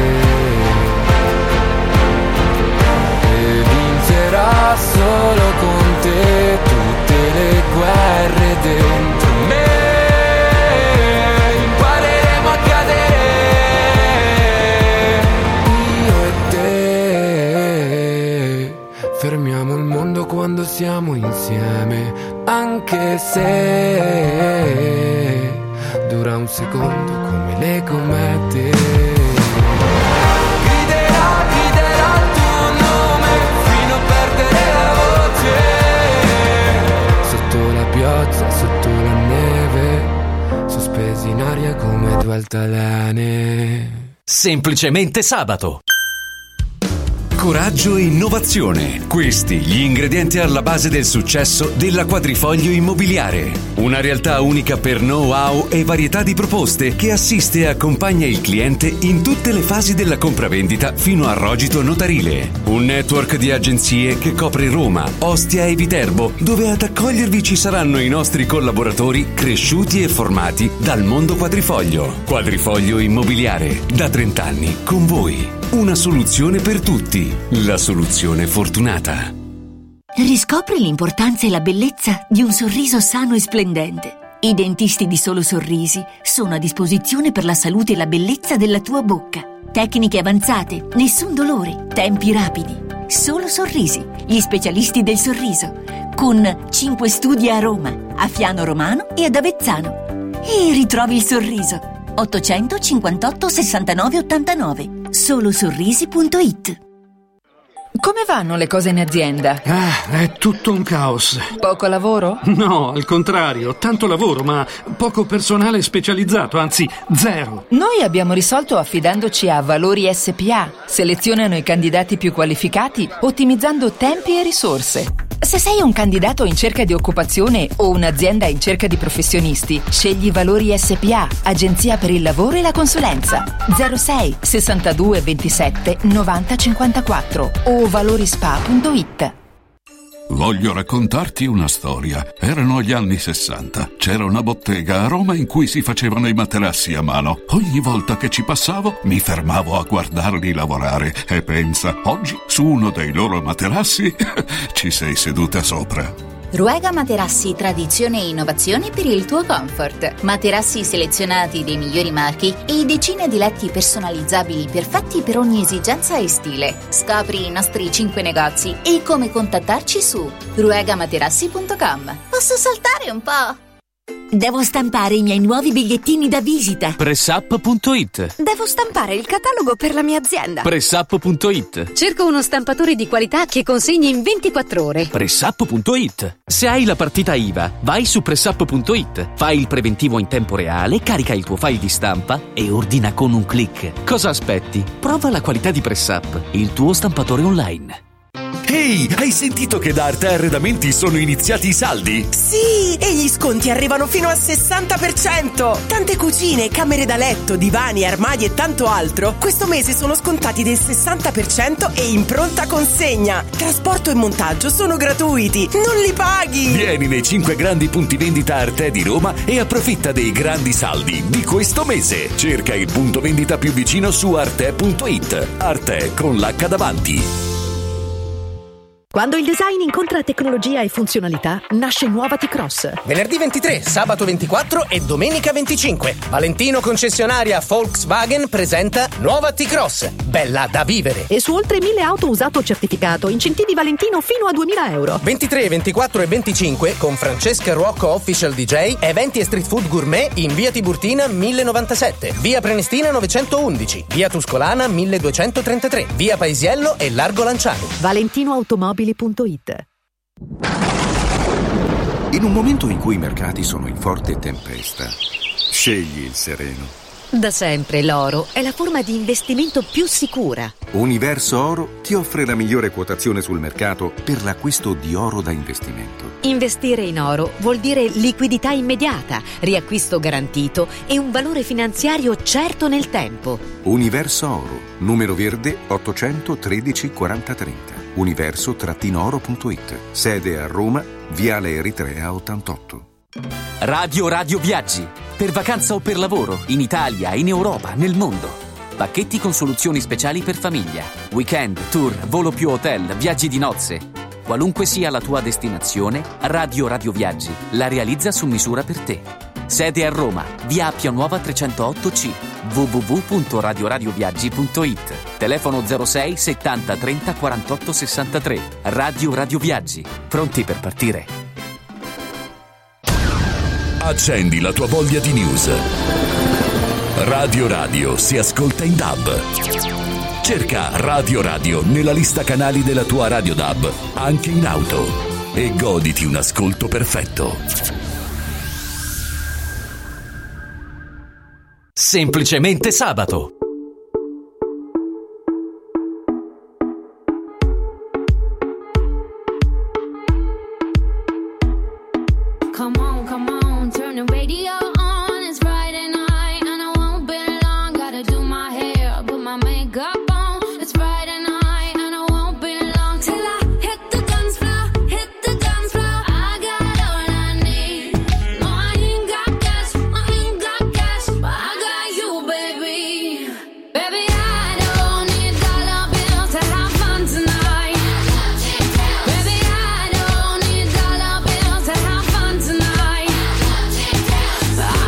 e vincerò solo con te tutte le guerre dentro me. Impareremo a cadere, fermiamo il mondo quando siamo insieme, anche se dura un secondo come le comete. Griderò, griderò il tuo nome fino a perdere la voce, sotto la pioggia, sotto la neve, sospesi in aria come due altalene. Semplicemente sabato. Coraggio e innovazione. Questi gli ingredienti alla base del successo della Quadrifoglio Immobiliare. Una realtà unica per know-how e varietà di proposte che assiste e accompagna il cliente in tutte le fasi della compravendita fino al rogito notarile. Un network di agenzie che copre Roma, Ostia e Viterbo, dove ad accogliervi ci saranno i nostri collaboratori cresciuti e formati dal mondo Quadrifoglio. Quadrifoglio Immobiliare, da trenta anni con voi. Una soluzione per tutti, la soluzione fortunata. Riscopri l'importanza e la bellezza di un sorriso sano e splendente. I dentisti di Solo Sorrisi sono a disposizione per la salute e la bellezza della tua bocca. Tecniche avanzate, nessun dolore, tempi rapidi. Solo Sorrisi, gli specialisti del sorriso, con cinque studi a Roma, a Fiano Romano e ad Avezzano. E ritrovi il sorriso. ottocentocinquantotto sessantanove ottantanove. solo sorrisi punto it. Come vanno le cose in azienda? Ah, è tutto un caos. Poco lavoro? No, al contrario, tanto lavoro, ma poco personale specializzato, anzi zero. Noi abbiamo risolto affidandoci a Valori S P A. Selezionano i candidati più qualificati, ottimizzando tempi e risorse. Se sei un candidato in cerca di occupazione o un'azienda in cerca di professionisti, scegli Valori S P A, agenzia per il lavoro e la consulenza. zero sei sessantadue ventisette novanta cinquantaquattro o valorispa punto it. Voglio raccontarti una storia. Erano gli anni sessanta. C'era una bottega a Roma in cui si facevano i materassi a mano. Ogni volta che ci passavo mi fermavo a guardarli lavorare e pensa, oggi su uno dei loro materassi ci sei seduta sopra. Ruega Materassi, tradizione e innovazione per il tuo comfort. Materassi selezionati dei migliori marchi e decine di letti personalizzabili perfetti per ogni esigenza e stile. Scopri i nostri cinque negozi e come contattarci su ruega materassi punto com. Posso saltare un po'? Devo stampare i miei nuovi bigliettini da visita. Pressup punto it. Devo stampare il catalogo per la mia azienda. Pressup punto it. Cerco uno stampatore di qualità che consegni in ventiquattro ore. Pressup punto it. Se hai la partita I V A, vai su Pressup punto it. Fai il preventivo in tempo reale, carica il tuo file di stampa e ordina con un click. Cosa aspetti? Prova la qualità di Pressup, il tuo stampatore online. Ehi, hey, hai sentito che da Arte Arredamenti sono iniziati i saldi? Sì, e gli sconti arrivano fino al sessanta per cento. Tante cucine, camere da letto, divani, armadi e tanto altro questo mese sono scontati del sessanta per cento e in pronta consegna. Trasporto e montaggio sono gratuiti, non li paghi. Vieni nei cinque grandi punti vendita Arte di Roma e approfitta dei grandi saldi di questo mese. Cerca il punto vendita più vicino su arte punto it. Arte con l'H davanti. Quando il design incontra tecnologia e funzionalità, nasce nuova T-Cross. Venerdì ventitré, sabato ventiquattro e domenica venticinque. Valentino concessionaria Volkswagen presenta nuova T-Cross. Bella da vivere. E su oltre mille auto usato certificato, incentivi Valentino fino a duemila euro. ventitré, ventiquattro e venticinque con Francesca Ruocco Official D J, eventi e street food gourmet in via Tiburtina mille novantasette, via Prenestina novecentoundici, via Tuscolana milleduecentotrentatré, via Paesiello e Largo Lanciani. Valentino Automobili punto it. In un momento in cui i mercati sono in forte tempesta, scegli il sereno. Da sempre l'oro è la forma di investimento più sicura. Universo Oro ti offre la migliore quotazione sul mercato per l'acquisto di oro da investimento. Investire in oro vuol dire liquidità immediata, riacquisto garantito e un valore finanziario certo nel tempo. Universo Oro, numero verde ottocentotredici quaranta trenta. universo oro punto it. Sede a Roma, Viale Eritrea ottantotto. Radio Radio Viaggi. Per vacanza o per lavoro, in Italia, in Europa, nel mondo. Pacchetti con soluzioni speciali per famiglia. Weekend, tour, volo più hotel, viaggi di nozze. Qualunque sia la tua destinazione, Radio Radio Viaggi la realizza su misura per te. Sede a Roma, via Appia Nuova trecentootto C. w w w punto radio radio viaggi punto it. Telefono zero sei settanta trenta quarantotto sessantatré. Radio Radio Viaggi. Pronti per partire? Accendi la tua voglia di news. Radio Radio si ascolta in D A B. Cerca Radio Radio nella lista canali della tua radio D A B, anche in auto. E goditi un ascolto perfetto. Semplicemente sabato. Come on, come on, turn the radio on. It's Friday night and I won't be long. Gotta do my hair, put my makeup on. It's Friday night and I won't be long till I hit the dance floor, hit the dance floor. I got all I need. No, I ain't got cash, I ain't got cash, but I got you, baby. Baby, I don't need dollar bills to have fun tonight. Baby, I don't need dollar bills to have fun tonight. I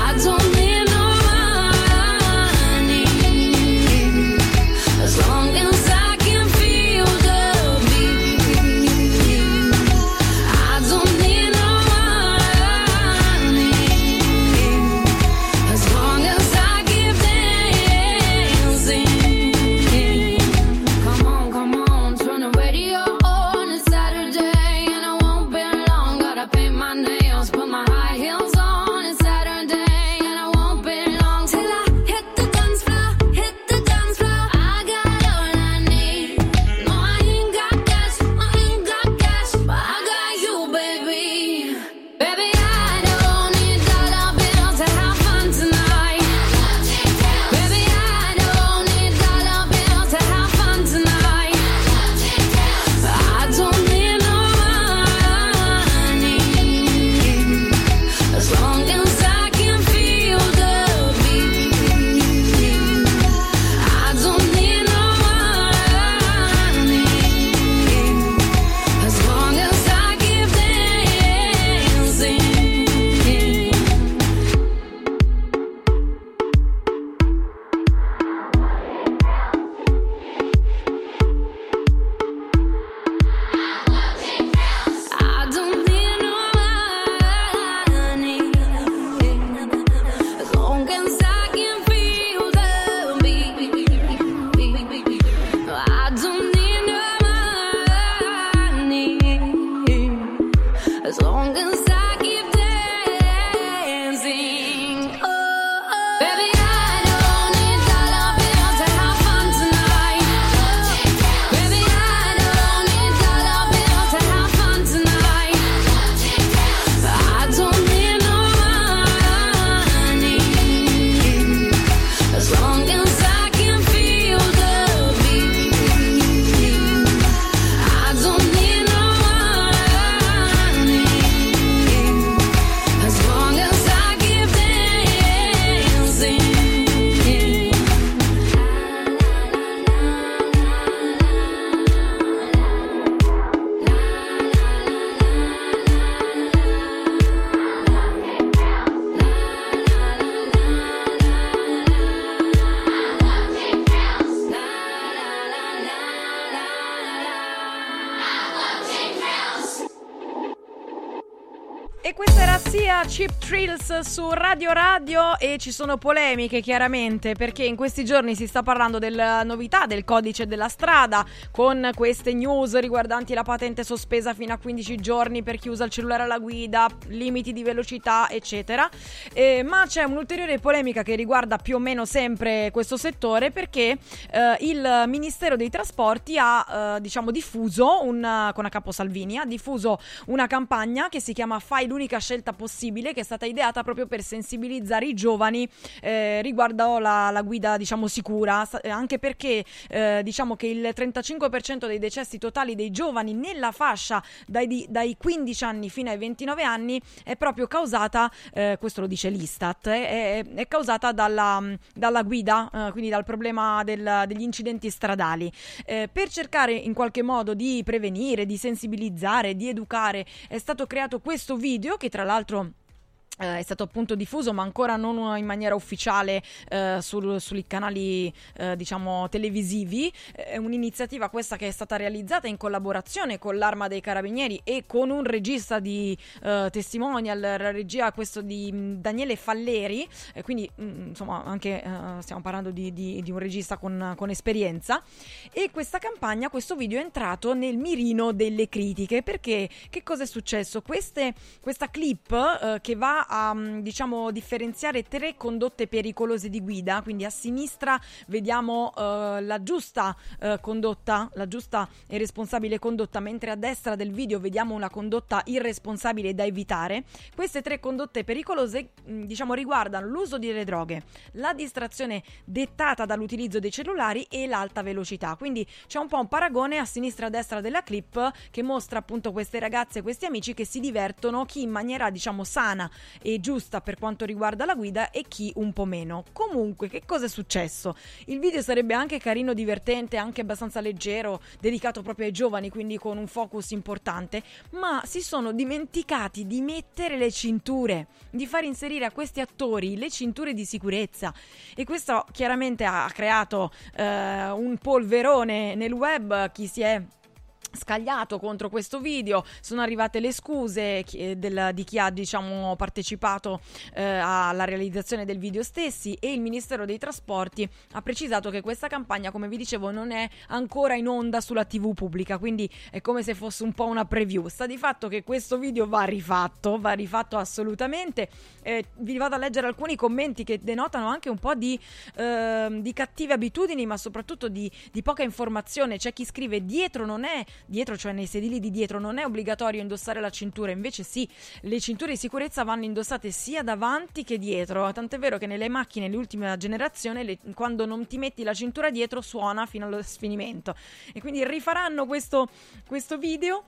Questa era sia Cheap Thrills su Radio Radio e ci sono polemiche chiaramente perché in questi giorni si sta parlando della novità del codice della strada con queste news riguardanti la patente sospesa fino a quindici giorni per chi usa il cellulare alla guida, limiti di velocità eccetera, eh, ma c'è un'ulteriore polemica che riguarda più o meno sempre questo settore perché eh, il Ministero dei Trasporti ha eh, diciamo diffuso un, con a capo Salvini ha diffuso una campagna che si chiama Fai l'unica scelta possibile, che è stata ideata proprio per sensibilizzare i giovani eh, riguardo la, la guida diciamo sicura, anche perché eh, diciamo che il trentacinque per cento dei decessi totali dei giovani nella fascia dai, dai quindici anni fino ai ventinove anni è proprio causata, eh, questo lo dice l'Istat, è, è causata dalla, dalla guida, eh, quindi dal problema del, degli incidenti stradali. Eh, per cercare in qualche modo di prevenire, di sensibilizzare, di educare è stato creato questo video che tra l'altro Uh, è stato appunto diffuso ma ancora non in maniera ufficiale uh, sul, sui canali uh, diciamo televisivi. È un'iniziativa questa che è stata realizzata in collaborazione con l'Arma dei Carabinieri e con un regista di uh, testimonial, la regia questo di Daniele Falleri, eh, quindi mh, insomma anche uh, stiamo parlando di, di, di un regista con, con esperienza, e questa campagna, questo video è entrato nel mirino delle critiche perché che cosa è successo? Queste, questa clip uh, che va a diciamo differenziare tre condotte pericolose di guida, quindi a sinistra vediamo uh, la giusta uh, condotta, la giusta e responsabile condotta, mentre a destra del video vediamo una condotta irresponsabile da evitare. Queste tre condotte pericolose mh, diciamo riguardano l'uso delle droghe, la distrazione dettata dall'utilizzo dei cellulari e l'alta velocità, quindi c'è un po' un paragone a sinistra e a destra della clip che mostra appunto queste ragazze, questi amici che si divertono, chi in maniera diciamo sana e giusta per quanto riguarda la guida e chi un po' meno. Comunque, che cosa è successo? Il video sarebbe anche carino, divertente, anche abbastanza leggero, dedicato proprio ai giovani, quindi con un focus importante, ma si sono dimenticati di mettere le cinture, di far inserire a questi attori le cinture di sicurezza, e questo chiaramente ha creato eh, un polverone nel web. Chi si è scagliato contro questo video, sono arrivate le scuse del, di chi ha diciamo partecipato eh, alla realizzazione del video stessi, e il Ministero dei Trasporti ha precisato che questa campagna, come vi dicevo, non è ancora in onda sulla tivù pubblica, quindi è come se fosse un po' una preview. Sta di fatto che questo video va rifatto, va rifatto assolutamente. Eh, vi vado a leggere alcuni commenti che denotano anche un po' di, eh, di cattive abitudini, ma soprattutto di, di poca informazione. C'è chi scrive: dietro non è dietro, cioè nei sedili di dietro, non è obbligatorio indossare la cintura, invece sì, le cinture di sicurezza vanno indossate sia davanti che dietro, tant'è vero che nelle macchine dell'ultima generazione le, quando non ti metti la cintura dietro suona fino allo sfinimento, e quindi rifaranno questo, questo video,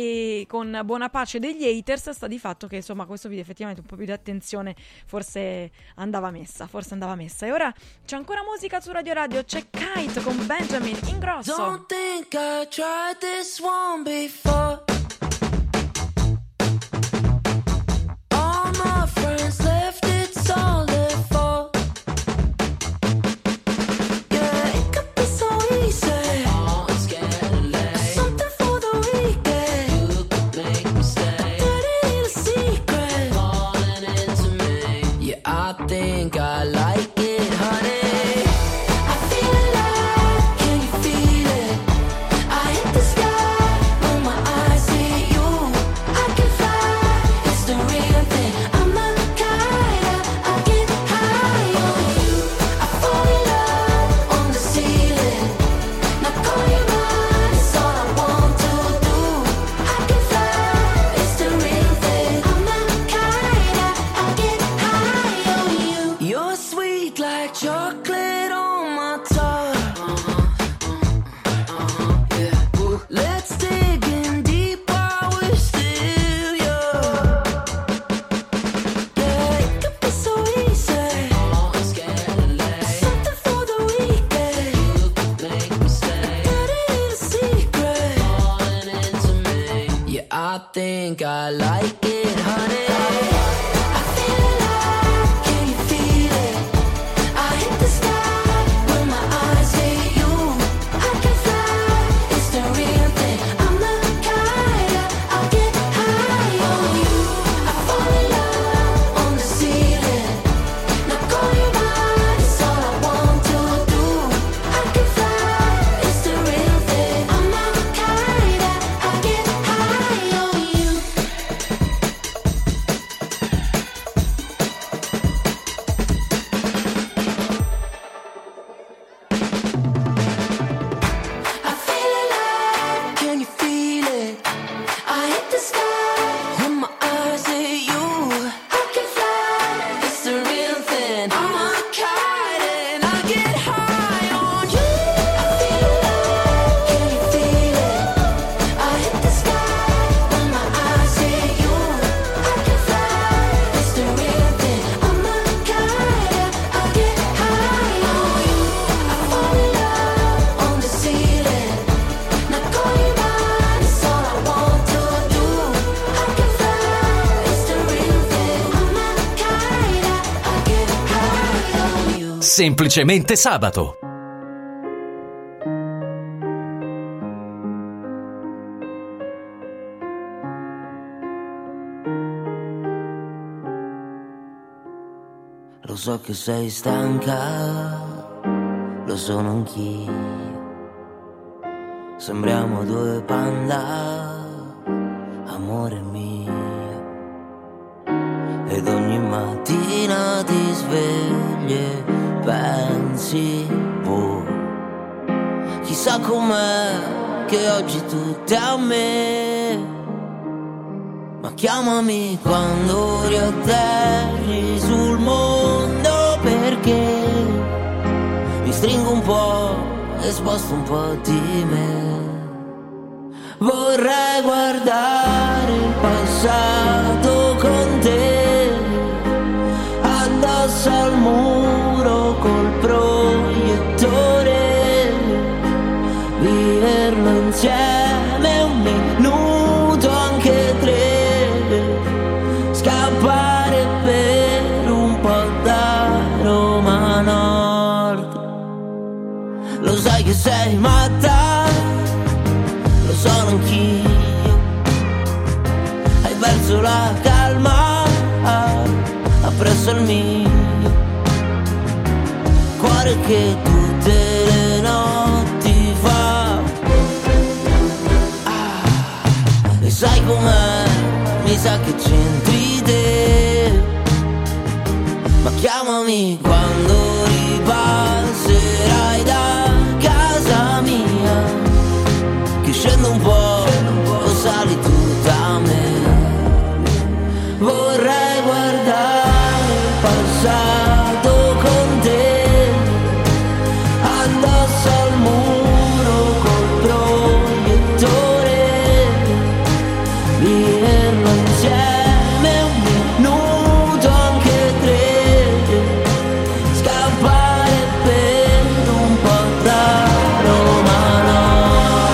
e con buona pace degli haters sta di fatto che insomma questo video effettivamente un po' più di attenzione forse andava messa, forse andava messa. E ora c'è ancora musica su Radio Radio, c'è Kite con Benjamin Ingrosso. Don't think I tried this one before. All my friends left, it's all their fault. Yeah, it could be so easy. Oh, it's getting late. Something for the weekend. You could make me stay. Dirty little secret. Falling into me. Yeah, I think I like it, honey. I think I like it, honey. I feel alive, can you feel it? I hit the sky when my eyes hit you. I can fly, it's the real thing. I'm the kind that I'll get high on you. I fall in semplicemente sabato. Lo so che sei stanca, lo sono anch'io. Sembriamo due panda, amore mio. Ed ogni mattina ti svegli e pensi, boh, chissà com'è che oggi tutto è a me. Ma chiamami quando riatterri sul mondo, perché mi stringo un po' e sposto un po' di me. Vorrei guardare il passato con te, addosso al muro col proiettore, viverlo insieme un minuto, anche tre, scappare per un po' da Roma Nord. Lo sai che sei matta, lo sono anch'io. Hai perso la calma appresso al mio cuore che tutte le notti fa. Ah, e sai com'è? Mi sa che c'entri te. Ma chiamami quando ripasserai da casa mia, che scendo un po', o sali tu da me. Vorrei guardare il passato con te, addosso al muro col proiettore, viverlo insieme un minuto, anche tre, scappare per un po' da Roma Nord.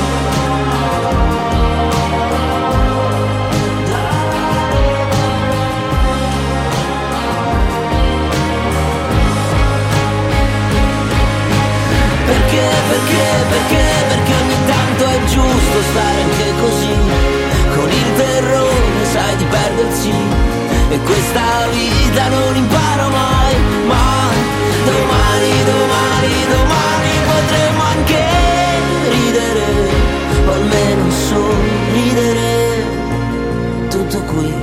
Perché, perché, perché, perché ogni tanto è giusto stare anche così, con il terrore, sai, di perdersi. E questa vita non imparo mai, mai. Domani, domani, domani potremo anche ridere, o almeno sorridere. Tutto qui.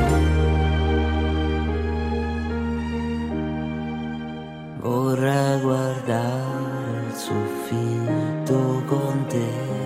Vorrei guardare il soffitto con te,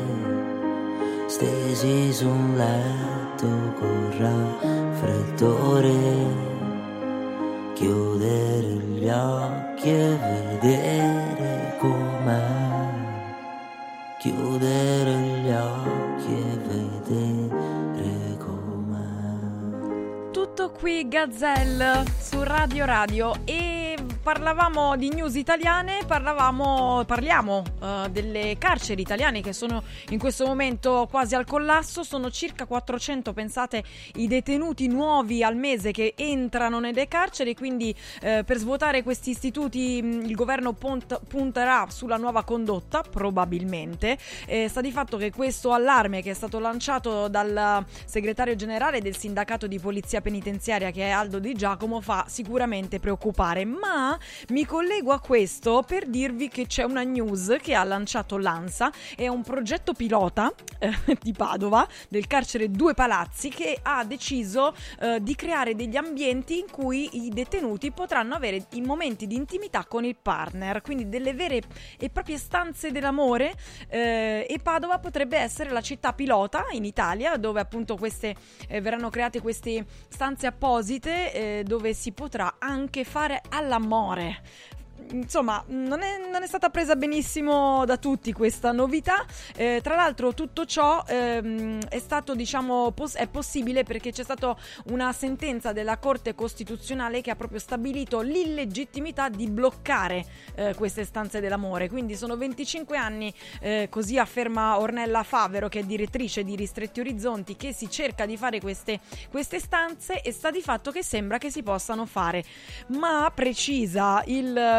stesi su un letto con raffreddore, chiudere gli occhi e vedere com'è, chiudere gli occhi e vedere com'è. Tutto qui Gazelle su Radio Radio. E parlavamo di news italiane, parlavamo, parliamo uh, delle carceri italiane che sono in questo momento quasi al collasso. Sono circa quattrocento, pensate, i detenuti nuovi al mese che entrano nelle carceri, quindi eh, per svuotare questi istituti mh, il governo punt- punterà sulla nuova condotta, probabilmente. Eh, sta di fatto che questo allarme che è stato lanciato dal segretario generale del sindacato di polizia penitenziaria, che è Aldo Di Giacomo, fa sicuramente preoccupare. Ma mi collego a questo per dirvi che c'è una news che ha lanciato l'ANSA, è un progetto pilota eh, di Padova, del carcere Due Palazzi, che ha deciso eh, di creare degli ambienti in cui i detenuti potranno avere i momenti di intimità con il partner, quindi delle vere e proprie stanze dell'amore. eh, e Padova potrebbe essere la città pilota in Italia dove appunto queste eh, verranno create queste stanze apposite eh, dove si potrà anche fare all'amore. Insomma, non è, non è stata presa benissimo da tutti questa novità. Eh, tra l'altro tutto ciò ehm, è stato, diciamo, pos- è possibile perché c'è stata una sentenza della Corte Costituzionale che ha proprio stabilito l'illegittimità di bloccare eh, queste stanze dell'amore. Quindi sono venticinque anni, eh, così afferma Ornella Favero, che è direttrice di Ristretti Orizzonti, che si cerca di fare queste, queste stanze, e sta di fatto che sembra che si possano fare. Ma precisa il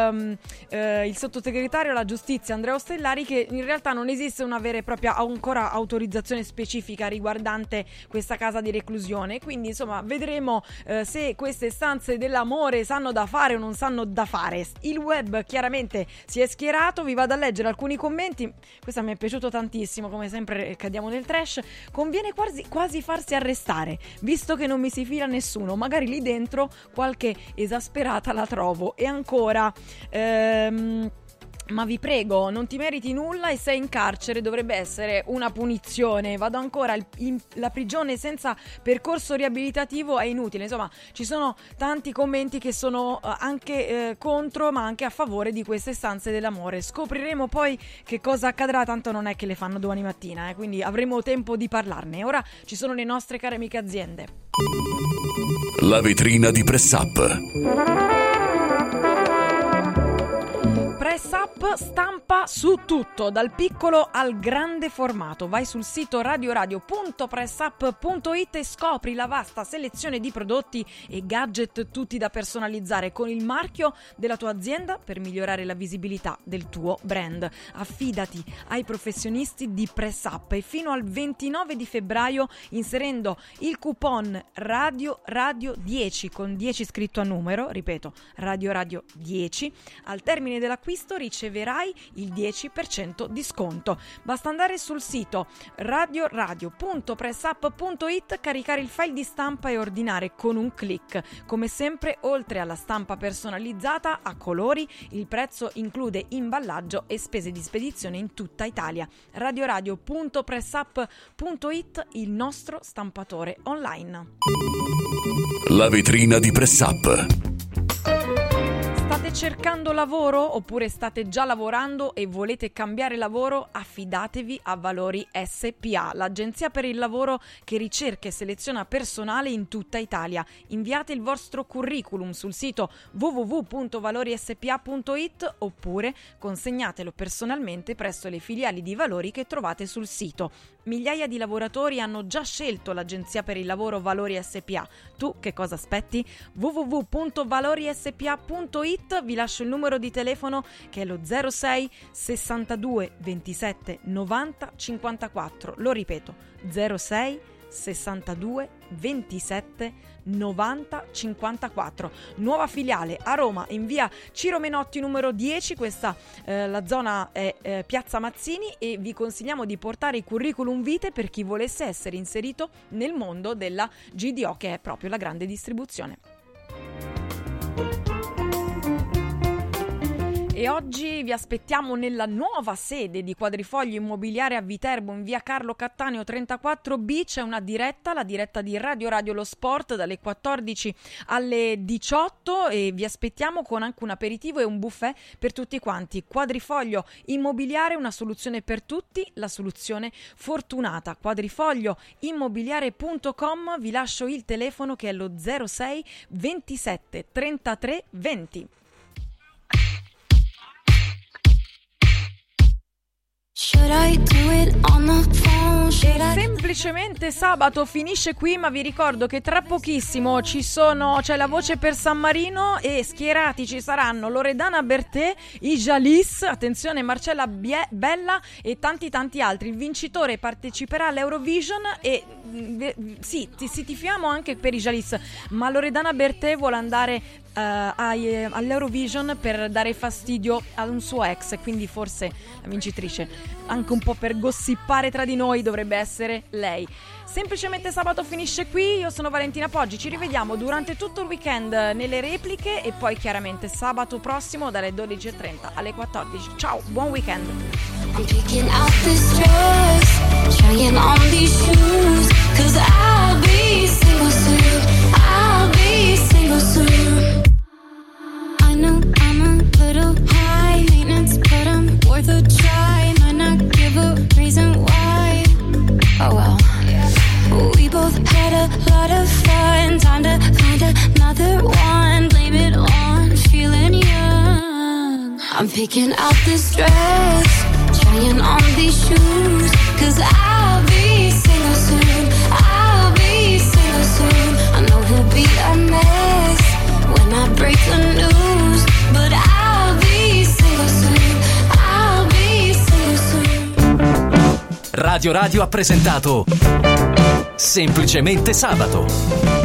il, eh, il sottosegretario alla giustizia Andrea Ostellari che in realtà non esiste una vera e propria ancora autorizzazione specifica riguardante questa casa di reclusione, quindi insomma vedremo eh, se queste stanze dell'amore sanno da fare o non sanno da fare. Il web chiaramente si è schierato, vi vado a leggere alcuni commenti. Questo mi è piaciuto tantissimo, come sempre cadiamo nel trash. Conviene quasi, quasi farsi arrestare, visto che non mi si fila nessuno, magari lì dentro qualche esasperata la trovo. E ancora ehm, ma vi prego, non ti meriti nulla e sei in carcere, dovrebbe essere una punizione. Vado ancora, il, in, la prigione senza percorso riabilitativo è inutile. Insomma, ci sono tanti commenti che sono uh, anche eh, contro ma anche a favore di queste stanze dell'amore. Scopriremo poi che cosa accadrà, tanto non è che le fanno domani mattina, eh, quindi avremo tempo di parlarne. Ora ci sono le nostre care amiche aziende. La vetrina di Press Up. Press Up stampa su tutto, dal piccolo al grande formato. Vai sul sito radioradio punto pressup punto it e scopri la vasta selezione di prodotti e gadget tutti da personalizzare con il marchio della tua azienda per migliorare la visibilità del tuo brand. Affidati ai professionisti di Press Up e fino al ventinove di febbraio, inserendo il coupon Radio Radio dieci con dieci scritto a numero, ripeto, Radio Radio dieci, al termine dell'acquisto riceverai il dieci per cento di sconto. Basta andare sul sito radioradio punto pressup punto it, caricare il file di stampa e ordinare con un click. Come sempre, oltre alla stampa personalizzata a colori, il prezzo include imballaggio e spese di spedizione in tutta Italia. radioradio punto pressup punto it, il nostro stampatore online. La vetrina di Press Up. State cercando lavoro oppure state già lavorando e volete cambiare lavoro? Affidatevi a Valori S P A, l'agenzia per il lavoro che ricerca e seleziona personale in tutta Italia. Inviate il vostro curriculum sul sito w w w punto valori s p a punto it oppure consegnatelo personalmente presso le filiali di Valori che trovate sul sito. Migliaia di lavoratori hanno già scelto l'agenzia per il lavoro Valori S P A. Tu che cosa aspetti? w w w punto valori s p a punto it. Vi lascio il numero di telefono che è lo zero sei sessantadue ventisette novanta cinquantaquattro. Lo ripeto, zero sei sessantadue ventisette novanta cinquantaquattro. Nuova filiale a Roma in via Ciro Menotti numero dieci. Questa eh, la zona è eh, Piazza Mazzini e vi consigliamo di portare i curriculum vitae per chi volesse essere inserito nel mondo della G D O, che è proprio la grande distribuzione. E oggi vi aspettiamo nella nuova sede di Quadrifoglio Immobiliare a Viterbo in via Carlo Cattaneo trentaquattro B. C'è una diretta, la diretta di Radio Radio Lo Sport dalle quattordici alle diciotto e vi aspettiamo con anche un aperitivo e un buffet per tutti quanti. Quadrifoglio Immobiliare, una soluzione per tutti, la soluzione fortunata. quadrifoglio immobiliare punto com, vi lascio il telefono che è lo zero sei ventisette trentatré venti. Semplicemente sabato finisce qui, ma vi ricordo che tra pochissimo ci sono c'è la voce per San Marino e schierati ci saranno Loredana Bertè, i Jalis, attenzione, Marcella Bie- Bella e tanti tanti altri. Il vincitore parteciperà all'Eurovision e sì, ti, sì, tifiamo anche per i Jalis, ma Loredana Bertè vuole andare Uh, ai, all'Eurovision per dare fastidio a un suo ex, quindi forse la vincitrice, anche un po' per gossipare tra di noi, dovrebbe essere lei. Semplicemente sabato finisce qui, io sono Valentina Poggi, ci rivediamo durante tutto il weekend nelle repliche e poi chiaramente sabato prossimo dalle dodici e trenta alle quattordici. Ciao, buon weekend. I'm picking out this dress, trying on these shoes, 'cause I'll be single soon, I'll be single soon. I know I'm a little high maintenance, but I'm worth a try. Might not give a reason why. Oh well. We both had a lot of fun. Time to find another one. Blame it on feeling young. I'm picking out this dress, trying on these shoes, 'cause I'll be single soon, I'll be single soon. I know he'll be a mess when I break the news, but I'll be Radio Radio ha presentato Semplicemente Sabato.